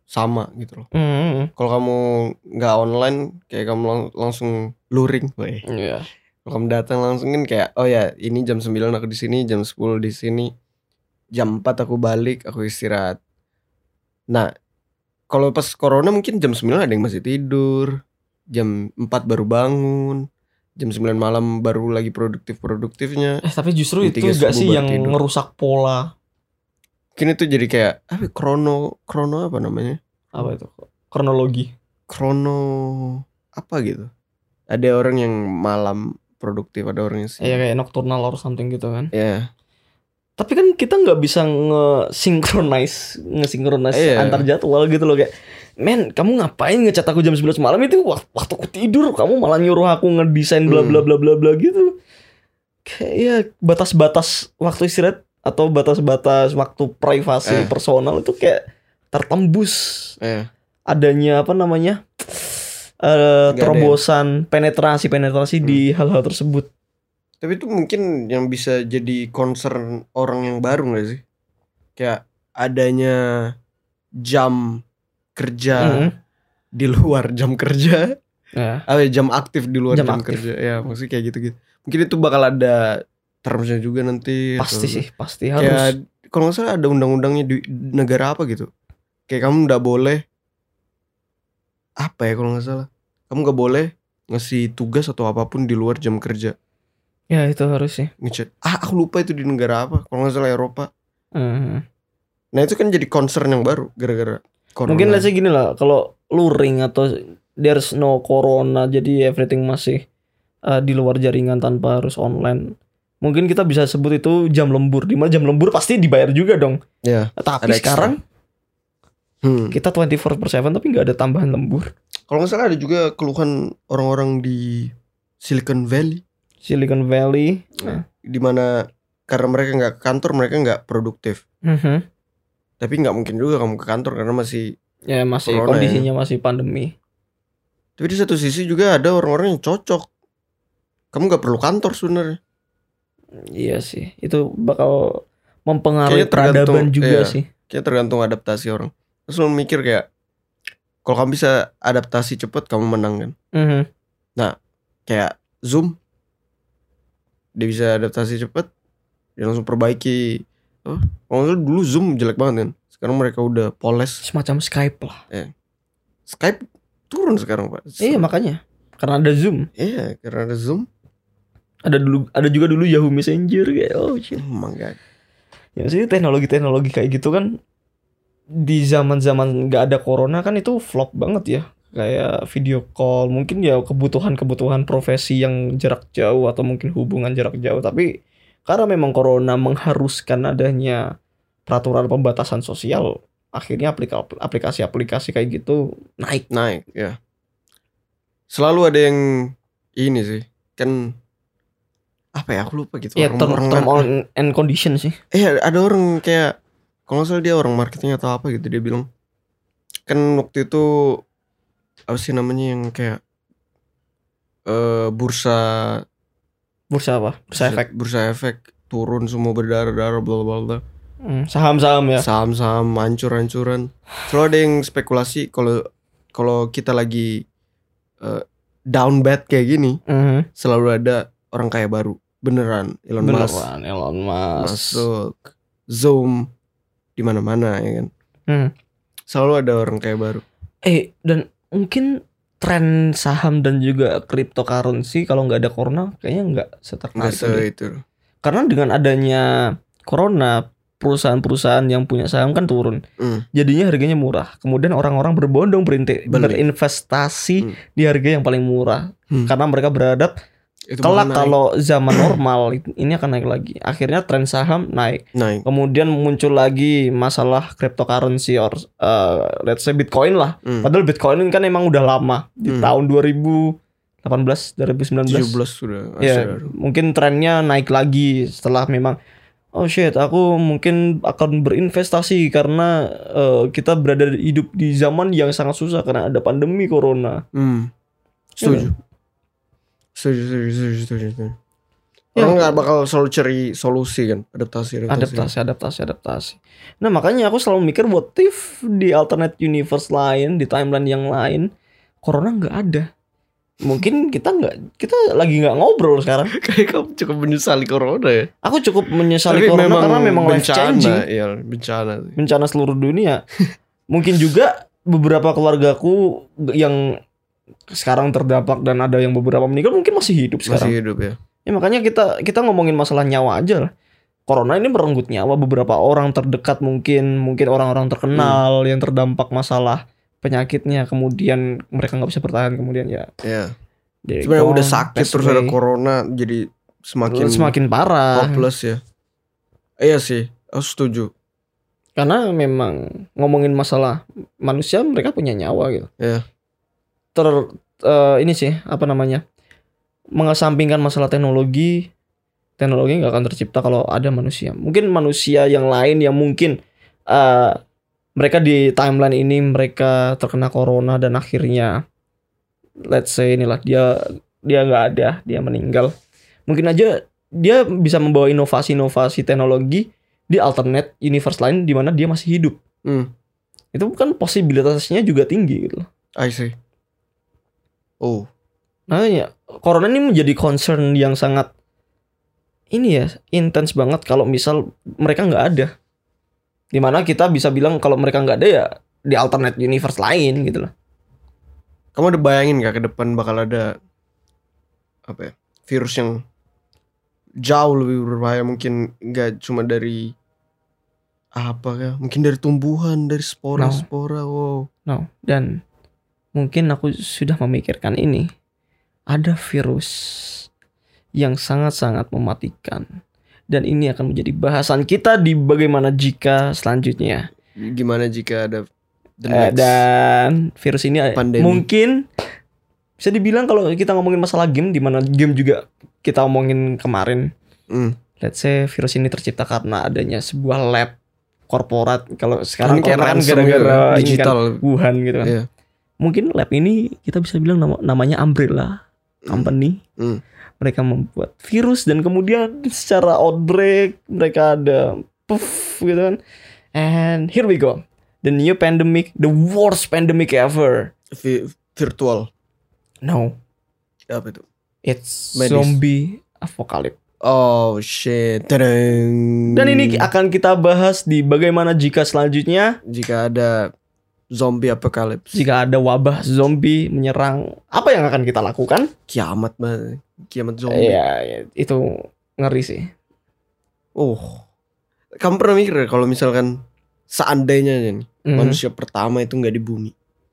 sama gitu loh. Hmm. Kalau kamu nggak online kayak kamu lang- langsung luring, weh. Iya. Kalau kamu datang langsung kan kayak oh ya ini jam sembilan aku di sini, jam sepuluh di sini, jam empat aku balik, aku istirahat. Nah, kalau pas corona mungkin jam sembilan ada yang masih tidur, jam empat baru bangun, jam sembilan malam baru lagi produktif-produktifnya. Eh tapi justru Jam itu tiga gak subuh sih baru yang tidur. ngerusak pola. Mungkin itu jadi kayak apa krono krono apa namanya? Apa itu? Kronologi. Krono apa gitu. Ada orang yang malam produktif, ada orang yang Iya siang. kayak nocturnal or something gitu kan. Ya. Tapi kan kita nggak bisa nge-synchronize nge-synchronize Iya. antar jadwal gitu loh kayak men kamu ngapain ngecat aku jam sebelas malam itu wak- waktu aku tidur kamu malah nyuruh aku ngedesain bla bla bla bla bla gitu. Kayak ya batas-batas waktu istirahat atau batas-batas waktu privasi Eh. personal itu kayak tertembus Eh. adanya apa namanya eh Nggak ada ya? terobosan penetrasi-penetrasi di hal-hal tersebut. Tapi itu mungkin yang bisa jadi concern orang yang baru gak sih? Kayak adanya jam kerja Mhm. di luar jam kerja. Ya. Ah, jam aktif di luar Jam jam, aktif. kerja. Ya maksudnya kayak gitu-gitu. Mungkin itu bakal ada termsnya juga nanti. Pasti atau- sih, pasti harus. Kayak kalau nggak salah ada undang-undangnya di negara apa gitu. Kayak kamu nggak boleh apa ya kalau nggak salah. Kamu nggak boleh ngasih tugas atau apapun di luar jam kerja. Ya itu harus sih. Ngechat. Ah aku lupa itu di negara apa. Kalau nggak salah Eropa. Mhm. Nah itu kan jadi concern yang baru gara-gara corona. Mungkin let's say gini lah, kalau luring atau there's no corona jadi everything masih uh, di luar jaringan tanpa harus online. Mungkin kita bisa sebut itu jam lembur. Di mana jam lembur pasti dibayar juga dong. Ya. Tapi Ada extra. sekarang Hmm. kita dua puluh empat per tujuh tapi nggak ada tambahan lembur. Kalau nggak salah ada juga keluhan orang-orang di Silicon Valley. Silicon Valley. Di mana karena mereka nggak ke kantor mereka nggak produktif. Mhm. Tapi nggak mungkin juga kamu ke kantor karena masih. Ya masih Corona kondisinya masih pandemi. Tapi di satu sisi juga ada orang-orang yang cocok. Kamu nggak perlu kantor sebenarnya. Iya sih, itu bakal mempengaruhi Kayaknya tergantung, peradaban juga iya. sih. Kayak tergantung adaptasi orang. Terus lu mikir kayak kalau kamu bisa adaptasi cepat kamu menang kan. Mhm. Kayak Zoom dia bisa adaptasi cepat dia langsung perbaiki. Oh, kalau nggak salah dulu Zoom jelek banget kan. Sekarang mereka udah poles. Semacam Skype lah. Skype turun sekarang Pak. Iya makanya karena ada Zoom. Iya karena ada Zoom. Ada dulu ada juga dulu Yahoo Messenger kayak oh shit. Oh my god. Ya sih teknologi-teknologi kayak gitu kan di zaman-zaman nggak ada corona kan itu flop banget ya. Kayak video call mungkin ya kebutuhan-kebutuhan profesi yang jarak jauh atau mungkin hubungan jarak jauh tapi karena memang corona mengharuskan adanya peraturan pembatasan sosial akhirnya aplika- aplikasi-aplikasi kayak gitu naik. Naik ya. Selalu ada yang ini sih kan apa ya aku lupa gitu. Ya term, orang term on and condition sih. Eh ada orang kayak kalau nggak salah dia orang marketing atau apa gitu dia bilang kan waktu itu apa sih namanya yang kayak eh bursa Bursa apa? Bursa efek. bursa efek turun semua berdarah-darah bla bla bla. Hmm, saham-saham ya. Saham-saham hancur-hancuran. Selalu ada yang spekulasi kalau kalau kita lagi eh, down bad kayak gini Mhm. selalu ada orang kaya baru. Beneran Elon Musk Beneran Elon Musk. masuk Zoom di mana-mana ya kan. Hmm. Selalu ada orang kaya baru. Eh dan mungkin tren saham dan juga cryptocurrency kalau nggak ada corona kayaknya nggak Nggak setertarik se deh. itu. Karena dengan adanya corona perusahaan-perusahaan yang punya saham kan turun. Hmm. Jadinya harganya murah. Kemudian orang-orang berbondong berinti- Beli. berinvestasi Hmm. di harga yang paling murah. Hmm. Karena mereka berharap Itu kelak bakal naik. kalau zaman normal ini akan naik lagi. Akhirnya tren saham naik. naik. Kemudian muncul lagi masalah cryptocurrency or uh, let's say Bitcoin lah. Hmm. Padahal Bitcoin kan emang udah lama di Hmm. tahun dua ribu delapan belas, dua ribu sembilan belas. tujuh belas sudah. Ya, Sudah. mungkin trennya naik lagi setelah memang oh shit, aku mungkin akan berinvestasi karena uh, kita berada di- hidup di zaman yang sangat susah karena ada pandemi corona. Hmm. Setuju. Setuju, setuju, setuju, setuju, setuju. Orang nggak bakal selalu cari solusi kan, adaptasi, adaptasi, adaptasi, adaptasi, adaptasi. Nah makanya aku selalu mikir what if di alternate universe lain, di timeline yang lain, corona nggak ada. Mungkin kita nggak, kita lagi nggak ngobrol sekarang. Kayak kamu cukup menyesali corona ya. Aku cukup menyesali Tapi corona memang karena memang life bencana, changing, iya bencana. sih. bencana seluruh dunia. Mungkin juga beberapa keluargaku yang sekarang terdampak dan ada yang beberapa meninggal mungkin masih hidup sekarang. Masih hidup ya. Ya makanya kita kita ngomongin masalah nyawa aja lah. Corona ini merenggut nyawa beberapa orang terdekat mungkin, mungkin orang-orang terkenal hmm. yang terdampak masalah penyakitnya, kemudian mereka nggak bisa bertahan, kemudian ya. Iya. Sebenarnya udah sakit terus way. Ada corona jadi semakin semakin parah. Hopeless ya. Iya sih, aku setuju. Karena memang ngomongin masalah manusia, mereka punya nyawa gitu. Iya. Ter uh, ini sih apa namanya? Mengesampingkan masalah teknologi, teknologi nggak akan tercipta kalau ada manusia. Mungkin manusia yang lain yang mungkin uh, mereka di timeline ini mereka terkena corona dan akhirnya let's say inilah dia dia nggak ada, dia meninggal. Mungkin aja dia bisa membawa inovasi-inovasi teknologi di alternate universe lain di mana dia masih hidup. Hmm. Itu kan posibilitasnya juga tinggi gitu. I see. Oh. Nah ya, corona ini menjadi concern yang sangat ini ya, intens banget kalau misal mereka nggak ada. Dimana kita bisa bilang kalau mereka nggak ada ya di alternate universe lain gitu loh. Kamu udah bayangin gak ke depan bakal ada apa ya, virus yang jauh lebih berbahaya, mungkin nggak cuma dari apa ya, mungkin dari tumbuhan, dari spora-spora. No. Wow. No. Dan mungkin aku sudah memikirkan ini. Ada virus yang sangat-sangat mematikan. Dan ini akan menjadi bahasan kita di bagaimana jika selanjutnya. Gimana jika ada the eh, next dan virus ini pandemi. Mungkin bisa dibilang kalau kita ngomongin masalah game, di mana game juga kita omongin kemarin. Mm. Let's say virus ini tercipta karena adanya sebuah lab korporat. Kalau sekarang Ini kayak kan ransom gara-gara gitu, ini digital. kan Wuhan gitu kan. Yeah. Mungkin lab ini kita bisa bilang nama, namanya Umbrella Company. Mm. Mm. Mereka membuat virus dan kemudian secara outbreak mereka ada puff gitu kan. And here we go. The new pandemic, the worst pandemic ever. Vi- virtual. No. Apa itu? It's Medis. zombie apocalypse. Oh shit. Tadang. Dan ini akan kita bahas di bagaimana jika selanjutnya jika ada zombie apocalypse. Jika ada wabah zombie menyerang, apa yang akan kita lakukan? Kiamat banget. Kiamat zombie. Iya, itu ngeri sih. Oh. Kamu pernah mikir ya kalau misalkan seandainya nih Mm. manusia pertama itu nggak di bumi?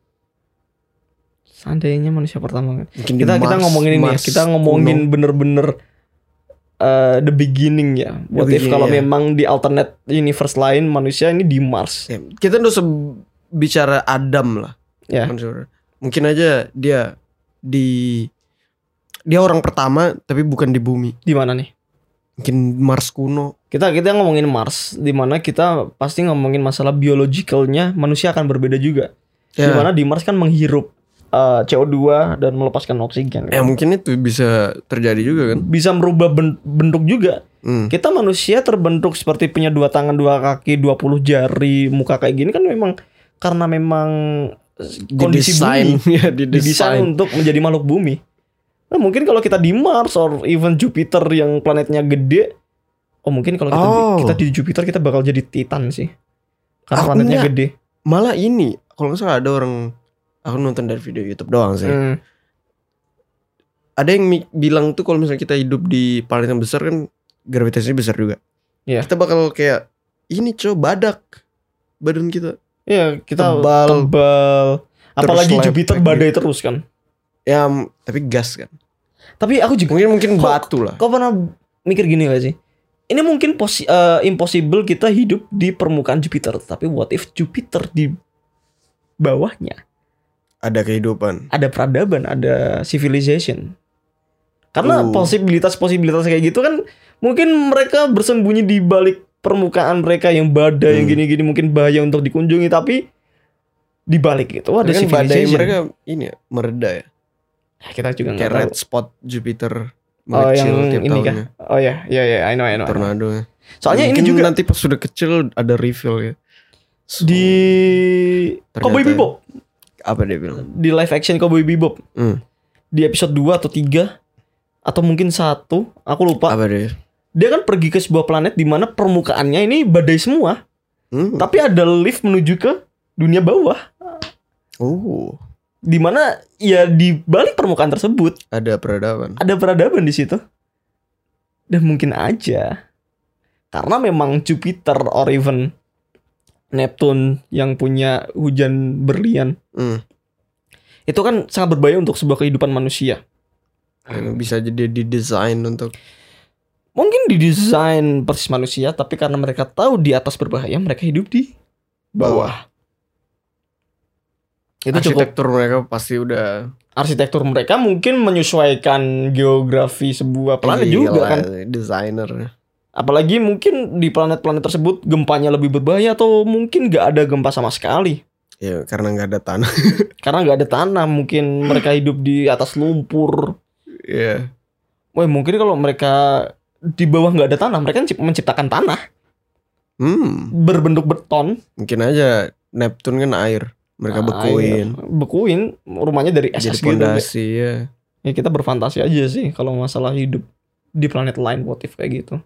Seandainya manusia pertama. Mungkin Kita di kita Mars, ngomongin ini ya, Mars kita ngomongin kuno. bener-bener uh, the beginning ya. What if beginning, kalau ya. memang di alternate universe lain manusia ini di Mars? Ya, kita nggak usah bicara Adam lah. Ya. Manusia. Mungkin aja dia di dia orang pertama tapi bukan di bumi. Di mana nih? Mungkin Mars kuno. Kita kita ngomongin Mars, di mana kita pasti ngomongin masalah biologicalnya manusia akan berbeda juga. Ya. Di mana di Mars kan menghirup uh, C O dua dan melepaskan oksigen. Ya mungkin itu bisa terjadi juga kan. Bisa merubah ben- bentuk juga. Hmm. Kita manusia terbentuk seperti punya dua tangan, dua kaki, dua puluh jari, muka kayak gini kan memang karena memang kondisi Didesain, bumi ya, didesain didesain untuk menjadi makhluk bumi. Nah, mungkin kalau kita di Mars or even Jupiter yang planetnya gede, oh mungkin kalau kita, Oh. di, kita di Jupiter kita bakal jadi Titan sih. Karena Aku planetnya nggak- gede. Malah ini kalau nggak salah ada orang, aku nonton dari video YouTube doang sih. Hmm. Ada yang mi- bilang tuh kalau misalnya kita hidup di planet yang besar kan gravitasinya besar juga. Iya. Kita bakal kayak ini cow badak badan kita. Iya, kita Tebal. tebal. Apalagi Terus Jupiter lepek badai gitu. terus kan. Ya m- tapi gas kan. Tapi aku juga Mungkin mungkin Kok- batu lah. Kau pernah mikir gini gak sih? Ini mungkin posi- uh, impossible kita hidup di permukaan Jupiter. Tapi what if Jupiter di bawahnya Ada kehidupan. ada peradaban, ada civilization? Karena Uh. posibilitas-posibilitas kayak gitu kan mungkin mereka bersembunyi di balik permukaan mereka yang badai, yang Hmm. gini-gini mungkin bahaya untuk dikunjungi, tapi di balik itu ada Tapi kan badai civilization. mereka ini ya, mereda ya. Ya, kita juga nggak Kayak tahu. red spot Jupiter mengecil yang tiap ini kah? tahunnya. Oh ya, ya ya, I know, I know. I know. Tornado. Soalnya Mungkin ini juga nanti pas sudah kecil ada reveal ya. So, di ternyata- Cowboy Bebop, apa dia bilang? di live action Cowboy Bebop, Hmm, di episode dua atau tiga atau mungkin satu, aku lupa. apa dia? Dia kan pergi ke sebuah planet di mana permukaannya ini badai semua, Hmm. tapi ada lift menuju ke dunia bawah. Oh, Di mana ya di balik permukaan tersebut ada peradaban. ada peradaban di situ. Dan mungkin aja karena memang Jupiter or even Neptune yang punya hujan berlian Hmm. itu kan sangat berbahaya untuk sebuah kehidupan manusia. Bisa jadi didesain untuk Mungkin didesain persis manusia, tapi karena mereka tahu di atas berbahaya, mereka hidup di bawah. Itu cukup. arsitektur mereka pasti udah Arsitektur mereka mungkin menyesuaikan geografi sebuah planet gila, juga kan. desainer. Apalagi mungkin di planet-planet tersebut gempanya lebih berbahaya atau mungkin gak ada gempa sama sekali. Ya karena nggak ada tanah. Karena gak ada tanah, mungkin mereka hidup di atas lumpur. Iya. Wah, mungkin kalau mereka di bawah gak ada tanah, mereka mencipt- menciptakan tanah Hmm. berbentuk beton. Mungkin aja Neptune kan air. Mereka bekuin. Air. Bekuin rumahnya dari es Jadi gitu. pondasi ya. Ya kita berfantasi aja sih kalau masalah hidup di planet lain, what if kayak gitu.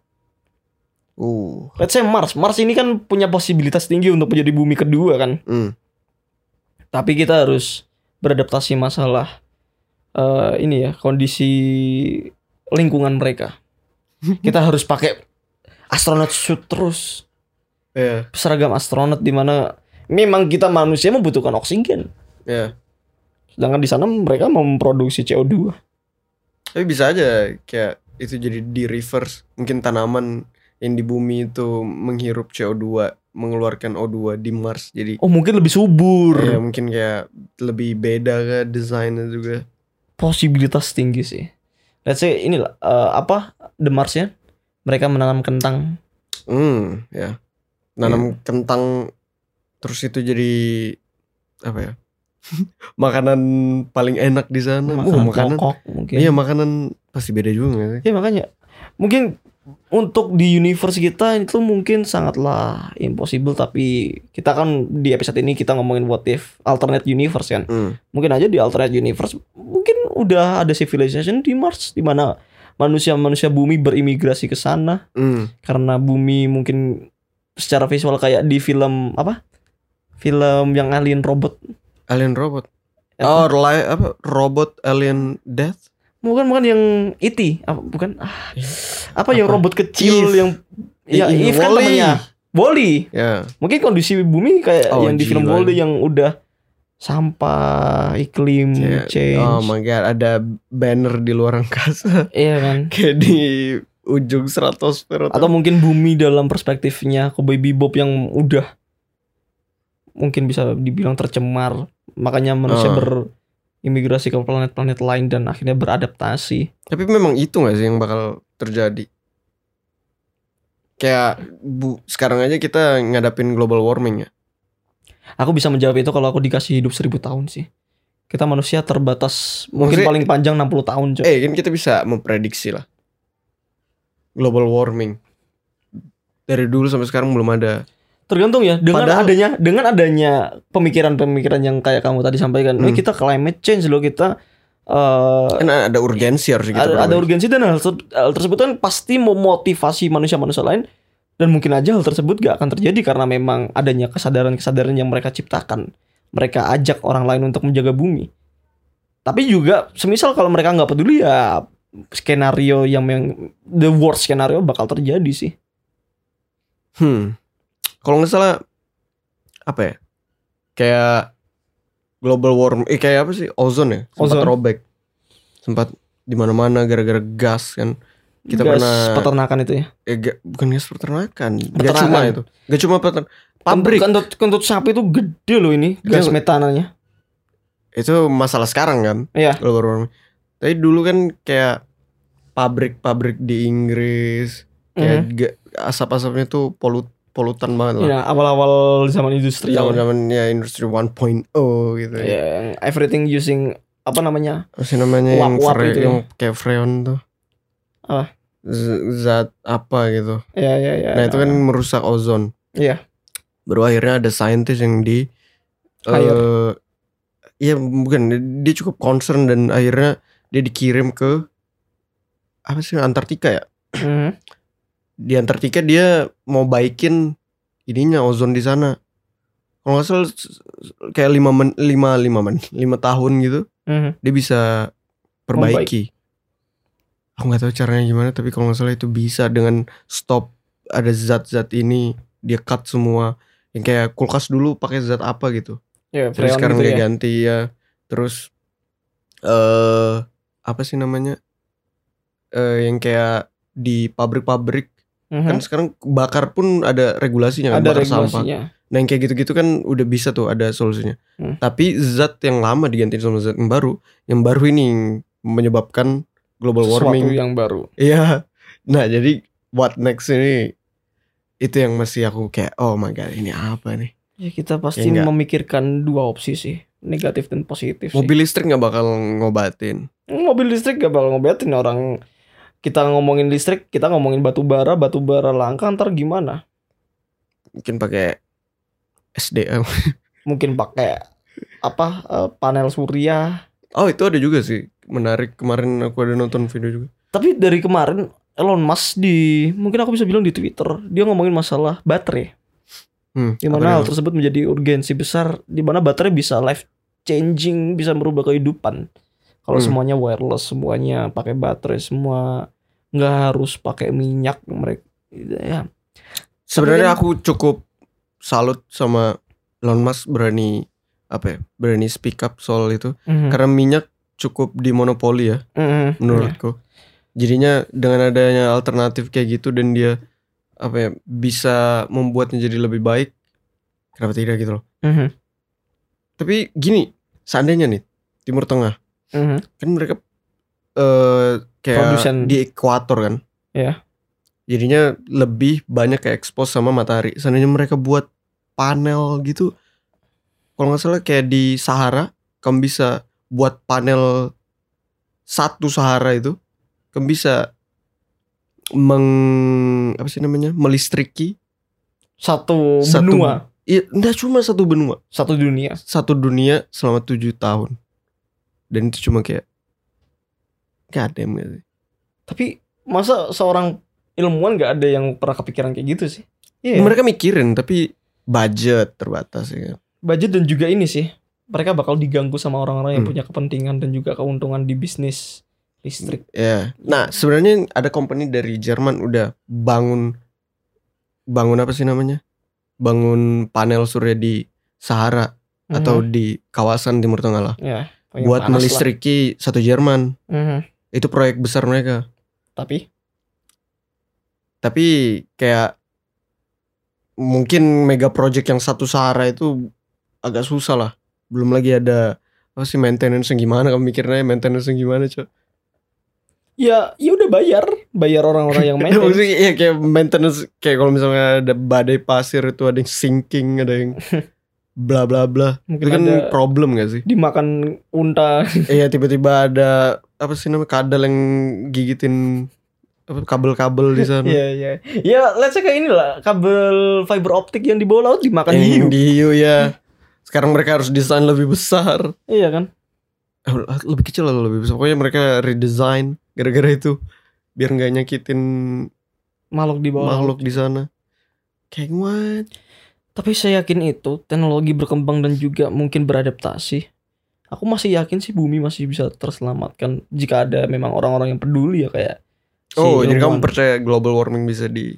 Uh. Let's say Mars. Mars ini kan punya posibilitas tinggi untuk menjadi bumi kedua kan. Hmm. Tapi kita harus beradaptasi masalah eh, ini ya, kondisi lingkungan mereka. Kita harus pakai astronot suit terus. Iya. Seragam astronot di mana memang kita manusia membutuhkan oksigen. Iya. Sedangkan di sana mereka memproduksi C O dua. Tapi bisa aja kayak itu jadi di reverse. Mungkin tanaman yang di bumi itu menghirup C O dua, mengeluarkan O dua di Mars. Jadi Oh, mungkin lebih subur. ya mungkin kayak lebih beda kan desainnya juga. Posibilitas tinggi sih. Let's say inilah eh, apa The Martian, mereka menanam kentang. Hmm, ya. Nanam kentang terus itu jadi apa ya? Makanan paling enak di sana. Makanan, Oh, makanan. pokok mungkin. Iya, makanan pasti beda juga nggak sih? Ya makanya mungkin untuk di universe kita itu mungkin sangatlah impossible, tapi kita kan di episode ini kita ngomongin what if alternate universe kan. Hmm. Mungkin aja di alternate universe mungkin udah ada civilization di Mars di mana manusia-manusia bumi berimigrasi ke sana Hmm. karena bumi mungkin secara visual kayak di film apa? Film yang alien robot. Alien robot. Apa? Oh, li- apa? Robot alien death? Bukan bukan yang E T apa bukan ah, apa yang Apa? robot kecil Eve. yang ya Eve, Eve kan Wall-E. temennya Wall-E. Ya. Mungkin kondisi bumi kayak Oh, yang di film gila. Wall-E yang udah sampah iklim Kayak, change. oh my god, ada banner di luar angkasa. Iya kan. Kayak di ujung stratosfer Atau mungkin bumi dalam perspektifnya Cowboy Bebop yang udah mungkin bisa dibilang tercemar, makanya manusia Oh. berimigrasi ke planet-planet lain dan akhirnya beradaptasi. Tapi memang itu gak sih yang bakal terjadi? Kayak bu, sekarang aja kita ngadapin global warming ya. Aku bisa menjawab itu kalau aku dikasih hidup seribu tahun sih. Kita manusia terbatas mungkin Maksudnya- paling panjang enam puluh tahun coy. Eh kan kita bisa memprediksi lah global warming. Dari dulu sampai sekarang belum ada. Tergantung ya dengan Padahal- adanya dengan adanya pemikiran-pemikiran yang kayak kamu tadi sampaikan. Hmm. Eh, kita climate change loh, kita eh, Kan ada urgensi harus kita ada, ada perbaiki. urgensi dan hal, ter- hal tersebut kan pasti memotivasi manusia-manusia lain, dan mungkin aja hal tersebut gak akan terjadi karena memang adanya kesadaran-kesadaran yang mereka ciptakan. Mereka ajak orang lain untuk menjaga bumi. Tapi juga semisal kalau mereka nggak peduli ya skenario yang yang the worst skenario bakal terjadi sih. Hmm. Kalau nggak salah apa ya? Kayak global warming, eh kayak apa sih? Ozon ya? Sempat Ozon. robek. Sempat di mana-mana gara-gara gas kan. Kita Gas pernah peternakan itu ya. eh, ga- bukan gas peternakan. Gak Peternakan. cuma itu. Gak cuma peternakan. Pabrik. Kentut, kentut sapi itu gede loh ini gas Iya. metananya. Itu masalah sekarang kan. Iya. Global warming. Tapi dulu kan kayak pabrik-pabrik di Inggris kayak Mhm. ga- asap-asapnya tuh polut polutan banget lah. Iya, awal-awal zaman industri. Zaman-zaman ya industri one point oh gitu ya. Ya, yang everything using apa namanya? Apa sih namanya yang, Uap-uap fre- itu ya. yang kayak freon tuh. Apa? Z- zat apa gitu. Ya ya ya. Nah itu kan merusak ozon. Iya. Baru akhirnya ada saintis yang di Hire. eh Iya bukan, dia cukup concern dan akhirnya dia dikirim ke apa sih, Antartika ya. Mhm. Di Antartika dia mau baikin ininya ozon di sana. Kalau nggak salah s- kayak lima men, lima lima men, lima tahun gitu Mhm. dia bisa perbaiki. Aku nggak tahu caranya gimana, tapi kalau nggak salah itu bisa dengan stop ada zat-zat ini, dia cut semua. Yang kayak kulkas dulu pakai zat apa gitu. Ya, Terus freon sekarang gitu dia ya. ganti ya. Terus eh apa sih namanya? Eh yang kayak di pabrik-pabrik Mhm. kan sekarang bakar pun ada regulasinya kan, Ada bakar sampah. regulasinya. Nah yang kayak gitu-gitu kan udah bisa tuh ada solusinya. Hmm. Tapi zat yang lama diganti sama zat yang baru, yang baru ini yang menyebabkan global Sesuatu warming. yang baru. Iya. Nah jadi what next ini itu yang masih aku kayak oh my god ini apa nih? Ya kita pasti Ya, enggak. memikirkan dua opsi sih, negatif dan positif sih. Mobil listrik nggak bakal ngobatin. Mobil listrik gak bakal ngobatin orang. Kita ngomongin listrik, kita ngomongin batu bara, batu bara langka, ntar gimana? Mungkin pakai S D M. Mungkin pakai apa eh, panel surya. Oh itu ada juga sih, menarik, kemarin aku ada nonton video juga. Tapi dari kemarin Elon Musk di, mungkin aku bisa bilang di Twitter, dia ngomongin masalah baterai. Hmm, Di apa mana hal dia? tersebut menjadi urgensi besar, di mana baterai bisa life changing, bisa merubah kehidupan. Kalau Hmm. semuanya wireless, semuanya pakai baterai, semua nggak harus pakai minyak mereka. Ya. Sebenarnya kan- aku cukup salut sama Elon Musk berani apa ya, berani speak up soal itu. Mhm. Karena minyak cukup dimonopoli ya Mhm. menurutku. Jadinya dengan adanya alternatif kayak gitu dan dia apa ya bisa membuatnya jadi lebih baik, kenapa tidak gitu loh. Mhm. Tapi gini, seandainya nih Timur Tengah Mhm. kan mereka eh kayak Produsen. di ekuator kan. Ya. Jadinya lebih banyak ke expose sama matahari. Seandainya mereka buat panel gitu, kalau nggak salah kayak di Sahara, kamu bisa buat panel satu Sahara itu, kamu bisa meng apa sih namanya melistriki Satu, Satu- benua, Iya, enggak cuma satu benua, satu dunia. satu dunia selama tujuh tahun. Dan itu cuma kayak gadem gitu. Tapi masa seorang ilmuwan nggak ada yang pernah kepikiran kayak gitu sih? Iya. Mereka mikirin tapi budget terbatas ya kan. Budget dan juga ini sih, mereka bakal diganggu sama orang-orang yang Hmm. punya kepentingan dan juga keuntungan di bisnis listrik. Ya. Nah, sebenarnya ada company dari Jerman udah bangun bangun apa sih namanya? Bangun panel surya di Sahara atau Mhm. di kawasan Timur Tengah lah. ya, yang Buat panas lah. melistriki satu Jerman. Mhm. Itu proyek besar mereka. Tapi Tapi kayak mungkin mega project yang satu Sahara itu agak susah lah. Belum lagi ada apa sih maintenance yang gimana, kamu mikirnya maintenance yang gimana, Cok? ya, ya udah bayar, bayar orang-orang yang main. Maksudnya ya kayak maintenance, kayak kalau misalnya ada badai pasir itu ada yang sinking, ada yang bla bla bla. Mungkin Itu kan ada problem gak sih? dimakan unta. Iya, tiba-tiba ada apa sih namanya kadal yang gigitin apa kabel-kabel di sana. Iya iya. Ya, let's say kayak inilah, kabel fiber optik yang di bawah laut dimakan Yang hiu. di hiu ya. Sekarang mereka harus desain lebih besar. Iya kan? Eh, lebih kecil atau lebih besar. Pokoknya mereka redesign gara-gara itu biar nggak nyakitin Makhluk di bawah laut. makhluk di sana. Kayak what? Tapi saya yakin itu teknologi berkembang dan juga mungkin beradaptasi. Aku masih yakin sih bumi masih bisa terselamatkan jika ada memang orang-orang yang peduli ya kayak si Oh, jadi kamu ilmuwan. percaya global warming bisa di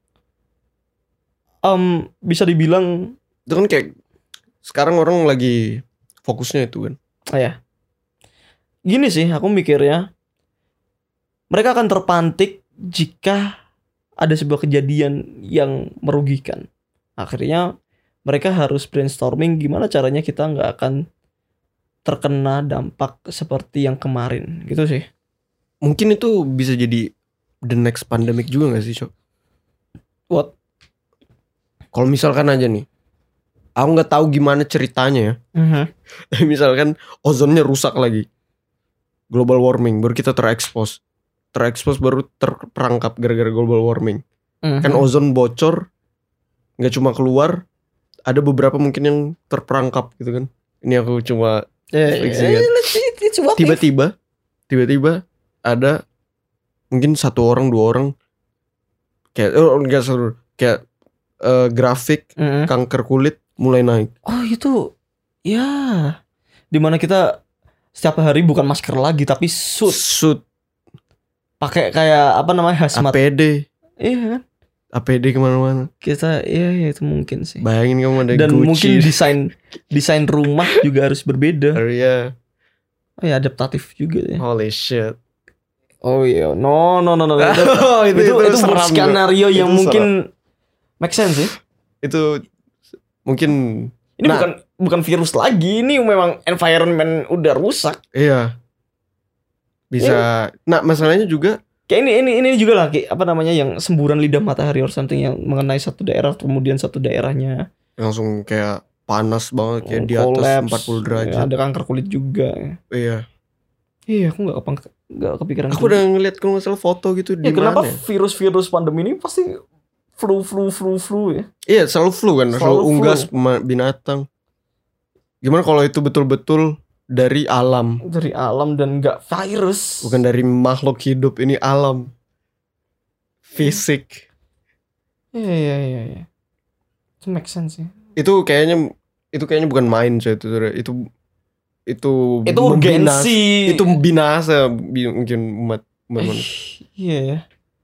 Em, bisa dibilang itu kan kayak sekarang orang lagi fokusnya itu kan. ah ya. Gini sih aku mikirnya mereka akan terpantik jika ada sebuah kejadian yang merugikan. Akhirnya mereka harus brainstorming gimana caranya kita nggak akan terkena dampak seperti yang kemarin gitu sih. Mungkin itu bisa jadi the next pandemic juga gak sih, Cok? What? Kalau misalkan aja nih, aku nggak tahu gimana ceritanya ya. Mhm. Misalkan ozonnya rusak lagi, global warming, baru kita terekspos, terekspos baru terperangkap gara-gara global warming. Mhm. Kan ozon bocor, nggak cuma keluar, ada beberapa mungkin yang terperangkap gitu kan. Ini aku cuma Ya, ya, fiksi ya, kan. let's see, it's what if. tiba-tiba tiba-tiba ada mungkin satu orang dua orang kayak oh enggak seluruh kayak eh, grafik Mhm. kanker kulit mulai naik. Oh itu ya, dimana kita setiap hari bukan masker lagi tapi suit, Suit, pakai kayak apa namanya hazmat. A P D, Iya kan? A P D kemana-mana. Kita iya ya, itu mungkin sih. Bayangin kamu ada Dan Gucci. mungkin desain desain rumah juga harus berbeda. Oh iya, Oh ya, adaptatif juga ya. holy shit. Oh iya, no no no no. Itu Oh, itu, itu, seram worst juga. skenario yang Itu mungkin make sense sih. Itu mungkin Ini Nah. bukan bukan virus lagi, ini memang environment udah rusak. iya bisa. Nah masalahnya juga Kayak ini ini ini juga lah kayak apa namanya yang semburan lidah matahari or something yang mengenai satu daerah kemudian satu daerahnya langsung kayak panas banget kayak di atas collapse. empat puluh derajat. Ya, ada kanker kulit juga. Iya. Iya, aku nggak kepang nggak kepikiran. Aku udah ngeliat kalau nggak salah foto gitu ya, di kenapa mana. ya? virus-virus pandemi ini pasti flu flu flu flu ya? Iya selalu flu kan, selalu, Selalu unggas flu. ma- binatang. Gimana kalau itu betul-betul dari alam, Dari alam dan nggak virus. bukan dari makhluk hidup, ini alam, fisik. Iya iya iya iya. Itu make sense sih. Itu kayaknya, itu kayaknya bukan main coy, itu itu itu Itu membinas- urgensi. itu binasa bi- mungkin umat umat Eh, manusia. Iya ya.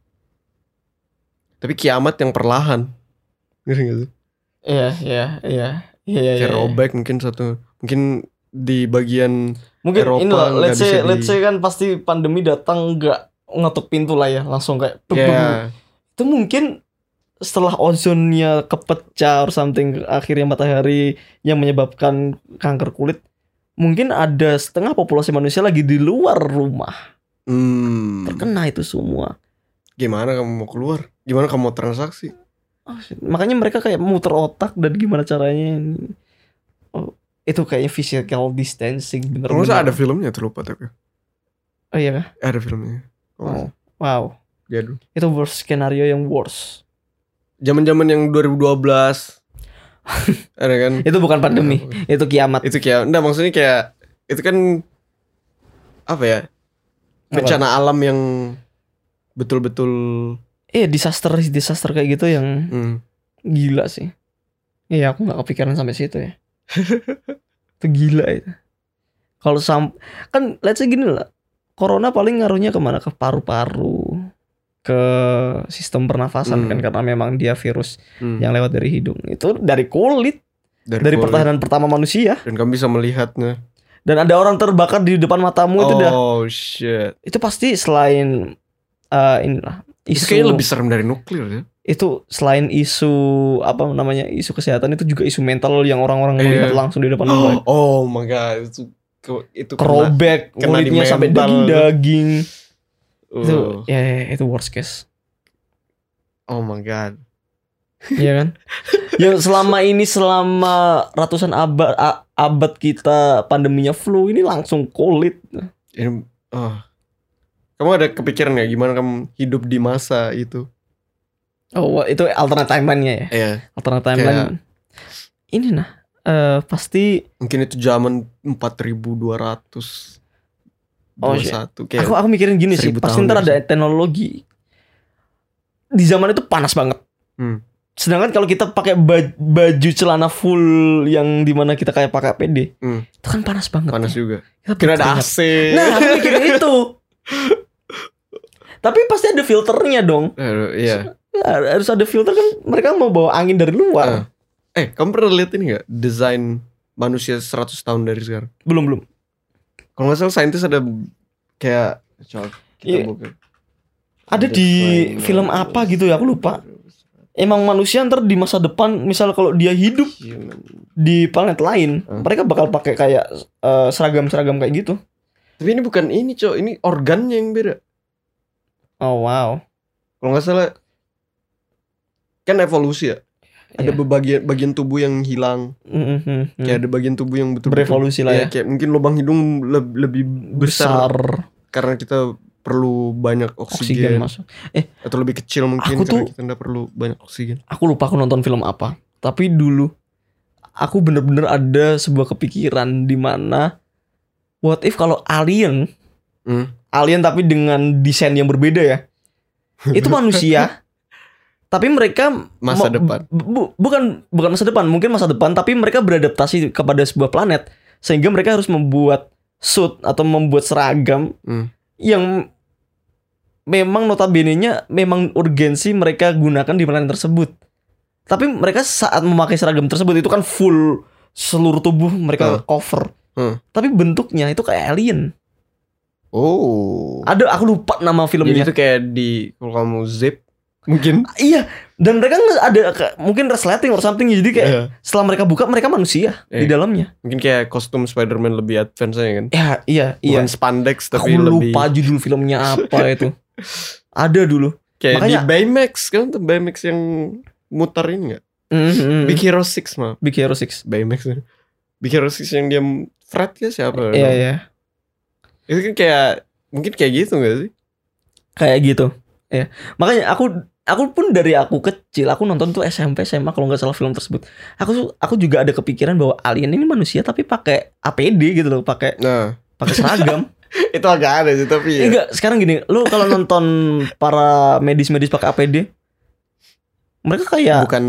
Tapi kiamat yang perlahan, ngerti nggak sih? Iya iya iya. Iya iya. Kayak iya. robek mungkin satu, mungkin di bagian Mungkin Eropa ini lah, let's nggak say, bisa di- let's say kan pasti pandemi datang nggak ngetuk pintu lah ya, langsung kayak buk, buk, buk. ya Itu mungkin setelah ozonnya kepecah or something, akhirnya matahari yang menyebabkan kanker kulit, mungkin ada setengah populasi manusia lagi di luar rumah hmm, terkena itu semua. gimana kamu mau keluar? Gimana kamu mau transaksi? Oh, shit. Makanya mereka kayak muter otak dan gimana caranya. Oh, itu kayaknya physical distancing bener. Kalau nggak salah ada filmnya terlupa tapi Oh iya kah? ada filmnya. Oh, wow. Jadul. Itu worst skenario yang worst. Zaman-zaman yang dua ribu dua belas ada kan? Itu bukan pandemi, itu kiamat. Itu kayak, enggak maksudnya kayak itu kan apa ya? Bencana alam yang betul-betul Eh disaster disaster kayak gitu yang hmm, gila sih. Iya, aku nggak kepikiran sampai situ ya. Itu gila itu. Kalau sam kan let's say gini lah. Corona paling ngaruhnya kemana? Ke paru-paru, ke sistem pernafasan Hmm. kan, karena memang dia virus hmm, yang lewat dari hidung. Itu dari kulit, dari, kulit. pertahanan pertama manusia. Dan kamu bisa melihatnya. Dan ada orang terbakar di depan matamu itu dah. Oh shit. Itu pasti selain eh, inilah Itu isu kayaknya lebih serem dari nuklir ya. itu selain isu apa namanya isu kesehatan, itu juga isu mental yang orang-orang Iya. melihat langsung di depan mereka. Oh my god, itu ke- itu kena- Kerobek kena di kulitnya sampai mental. daging-daging. Itu uh, ya, ya, itu worst case. Oh my god. Iya kan? Yang selama ini selama ratusan abad a- abad kita pandeminya flu, ini langsung kulit. Ini, oh. Kamu ada kepikiran ya gimana kamu hidup di masa itu? Oh, wah, itu alternate timeline-nya ya. Iya. Alternate timeline. Ini nah eh, pasti Mungkin itu zaman empat ribu dua ratus Oh, dua puluh shit. satu kayak. aku aku mikirin gini sih, seribu pasti tahun ntar dari ada teknologi. Di zaman itu panas banget. Hmm. Sedangkan kalau kita pakai baj- baju celana full yang dimana kita kayak pakai A P D, Hmm. itu kan panas banget. Panas ya. juga. Kita Kira ada berkeringat. A C. Nah, aku mikirin itu. Tapi pasti ada filternya dong. Aduh, iya. Harus ada filter kan, mereka mau bawa angin dari luar. Eh, kamu pernah lihat ini gak? Desain manusia seratus tahun dari sekarang. Belum belum. Kalau nggak salah saintis ada kayak coba kita Iya. buka. Ada di Desain film apa gitu ya, aku lupa. Emang manusia ntar di masa depan, misal kalau dia hidup Human. di planet lain, Hmm. mereka bakal pakai kayak eh, seragam-seragam kayak gitu. Tapi ini bukan ini, Cok. Ini organnya yang beda. Oh wow. Kalau nggak salah kan evolusi ya. Ada Iya. bagian bagian tubuh yang hilang. Mm, mm, mm, mm. Kayak ada bagian tubuh yang betul Berevolusi lah ya. Kayak mungkin lubang hidung leb- lebih besar, Besar. karena kita perlu banyak Oksigen oksigen, masuk. Eh, atau lebih kecil mungkin aku karena tuh- kita nggak perlu banyak oksigen. aku lupa aku nonton film apa. Tapi dulu aku bener-bener ada sebuah kepikiran di mana what if kalau alien, Hmm. alien tapi dengan desain yang berbeda ya. Itu manusia. Tapi mereka Masa mo- depan. bu- bukan bukan masa depan, mungkin masa depan tapi mereka beradaptasi kepada sebuah planet sehingga mereka harus membuat suit atau membuat seragam Hmm. yang memang notabene-nya memang urgensi mereka gunakan di planet tersebut. Tapi mereka saat memakai seragam tersebut itu kan full seluruh tubuh mereka Hmm. cover. Hmm. Tapi bentuknya itu kayak alien. Oh. Ada aku lupa nama Jadi filmnya. itu kayak di kalau kamu zip mungkin. Iya, dan mereka nggak ada kayak- mungkin resleting or something, jadi kayak Iya. setelah mereka buka mereka manusia di Eh. dalamnya. Mungkin kayak kostum Spider-Man lebih advance aja kan. Ya, iya, iya. Bukan spandex Aku tapi lebih lupa judul filmnya apa itu. Ada dulu. kayak Makanya- di Baymax kan, tuh Baymax yang muterin enggak? Mm-hmm. Big Hero six mah. Big Hero six. Baymax. Big Hero six yang dia Fred ya siapa? Iya, iya. Itu kan kayak mungkin kayak gitu enggak sih? Kayak gitu. Ya. Makanya aku aku pun dari aku kecil aku nonton tuh S M P S M A kalau nggak salah film tersebut. Aku aku juga ada kepikiran bahwa alien ini manusia tapi pakai A P D gitu loh, pakai Nah, pakai seragam. itu agak ada sih tapi Eh, ya. enggak, sekarang gini, lu kalau nonton para medis-medis pakai A P D, mereka kayak Bukan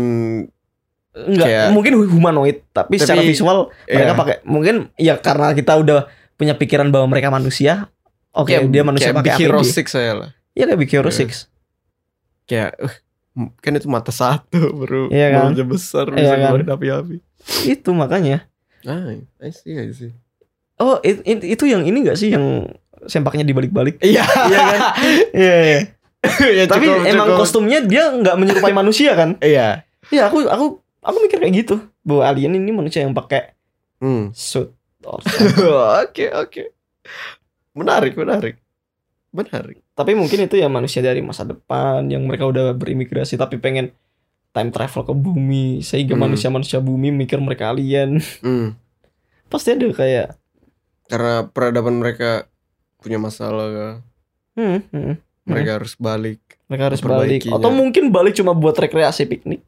enggak kayak- mungkin humanoid, tapi, Tapi, secara visual mereka iya. pakai mungkin ya karena kita udah punya pikiran bahwa mereka manusia. Oke, kayak- dia manusia kayak pakai Big Hero A P D. six saya lah. Iya kayak Big Hero Iya. six. Kayak uh, kan itu mata satu bro. Iya kan? Mulutnya besar Iya bisa kan? ngeluarin api-api. Itu makanya. Ah, I see, I see. Oh, it- it- itu yang ini gak sih yang sempaknya dibalik-balik? Iya. Iya kan? Iya, iya. Ya, Tapi cukup, emang cukup. kostumnya dia nggak menyerupai manusia kan? Iya. Iya, aku aku aku mikir kayak gitu bahwa alien ini manusia yang pakai Hmm. suit. or something. Oke, oke. Menarik, menarik. Menarik. Tapi mungkin itu ya manusia dari masa depan yang mereka udah berimigrasi tapi pengen time travel ke bumi sehingga Hmm. manusia-manusia bumi mikir mereka alien. Hmm. Pasti ada kayak Karena peradaban mereka punya masalah kan. hmm, hmm, Mereka harus balik. mereka harus balik Memperbaikinya. atau mungkin balik cuma buat rekreasi piknik.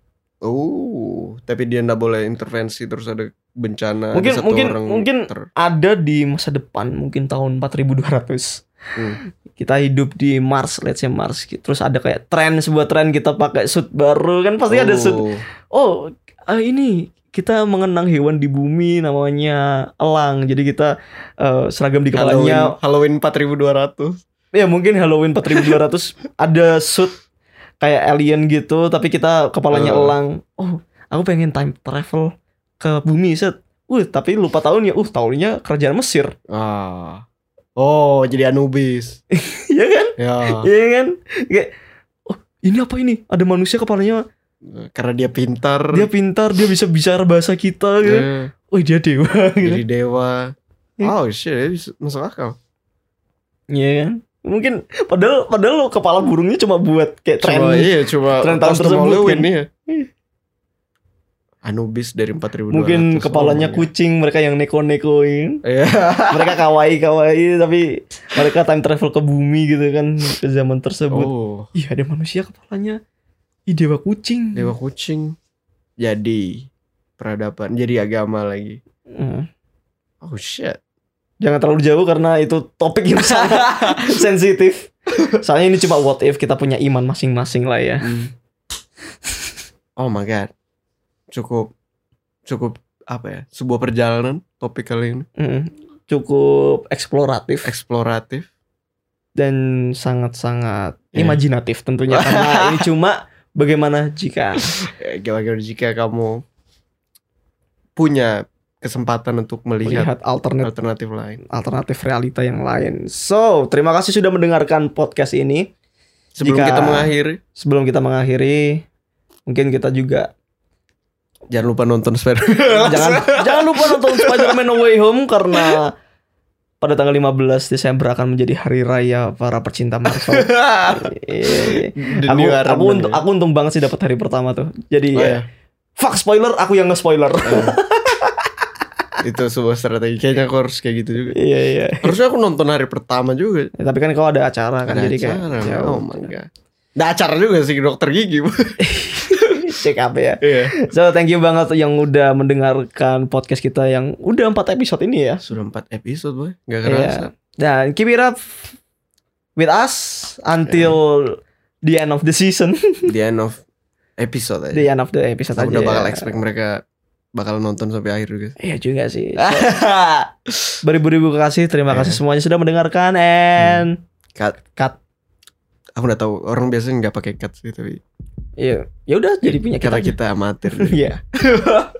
Oh, tapi dia nggak boleh intervensi terus ada bencana. Mungkin- ada satu mungkin- orang mungkin ter- Ada di masa depan mungkin tahun empat ribu dua ratus. Hmm. Kita hidup di Mars, let's say Mars. Terus ada kayak tren, sebuah tren kita pakai suit baru kan pasti ada suit. Oh. Oh, ah, ini kita mengenang hewan di bumi namanya elang. Jadi kita eh, seragam di kepalanya. Halloween, Halloween empat ribu dua ratus. Ya mungkin Halloween empat ribu dua ratus ada suit kayak alien gitu, tapi kita kepalanya Uh. elang. Oh, aku pengen time travel ke bumi set. Uh, tapi lupa tahunnya. Uh, tahunnya kerajaan Mesir. Ah. Oh, jadi Anubis. Iya kan? Ya. Iya kan? Kayak oh, ini apa ini? Ada manusia kepalanya Karena dia pintar. dia pintar, dia bisa bicara bahasa kita gitu. Eh, Oh, dia dewa gitu. jadi dewa. Eh. Oh shit, dia bisa masuk akal. Iya kan? Mungkin padahal padahal lo kepala burungnya cuma buat kayak tren. Cuma iya, cuma tren tahun kostum tersebut Halloween kan. iya. Iya. Anubis dari empat ribu dua ratus. Mungkin kepalanya Oh my God. kucing, mereka yang neko-nekoin. Iya. Mereka kawaii-kawaii tapi mereka time travel ke bumi gitu kan ke zaman tersebut. Oh, Ih, ada manusia kepalanya Ih, dewa kucing. dewa kucing. Jadi peradaban, jadi agama lagi. Hmm. Oh shit. Jangan terlalu jauh karena itu topik yang sangat sensitif. Soalnya ini cuma what if, kita punya iman masing-masing lah ya. Hmm. Oh my god. Cukup cukup apa ya? Sebuah perjalanan topik kali ini Mm, cukup eksploratif eksploratif. dan sangat-sangat Ya. imajinatif tentunya karena ini cuma bagaimana jika Eh, Bagaimana jika kamu punya kesempatan untuk melihat melihat alternate alternatif lain? alternatif realita yang lain. So, terima kasih sudah mendengarkan podcast ini. Sebelum Jika- kita mengakhiri, Sebelum kita mengakhiri, mungkin kita juga jangan lupa nonton Spider. jangan jangan lupa nonton Spider-Man No Way Home karena pada tanggal lima belas Desember akan menjadi hari raya para pecinta Marvel. Iya. The aku new Iron aku Man untung, ya. aku untung banget sih dapat hari pertama tuh. Jadi Oh, ya, ya. fuck spoiler, aku yang nge-spoiler. Itu sebuah strategi. Kayaknya aku harus kayak gitu juga. Iya iya. Harusnya aku nonton hari pertama juga. Ya, tapi kan kau ada acara kan, Ada jadi acara. kayak ya, Oh my god. Ada acara juga sih dokter gigi. check up ya. Iya. So thank you banget yang udah mendengarkan podcast kita yang udah empat episode ini ya. Sudah empat episode boy. Gak Iya. kerasa. Dan keep it up with us until the end of the season. The end of episode aja. The end of the episode Aku aja. udah bakal ya. expect mereka bakal nonton sampai akhir juga. Iya juga sih. So, beribu-ribu kasih, terima kasih semuanya sudah mendengarkan and Cut. cut. Aku udah tahu orang biasanya nggak pakai cut sih tapi Iya, ya udah jadi punya kita. karena aja. kita amatir. Iya.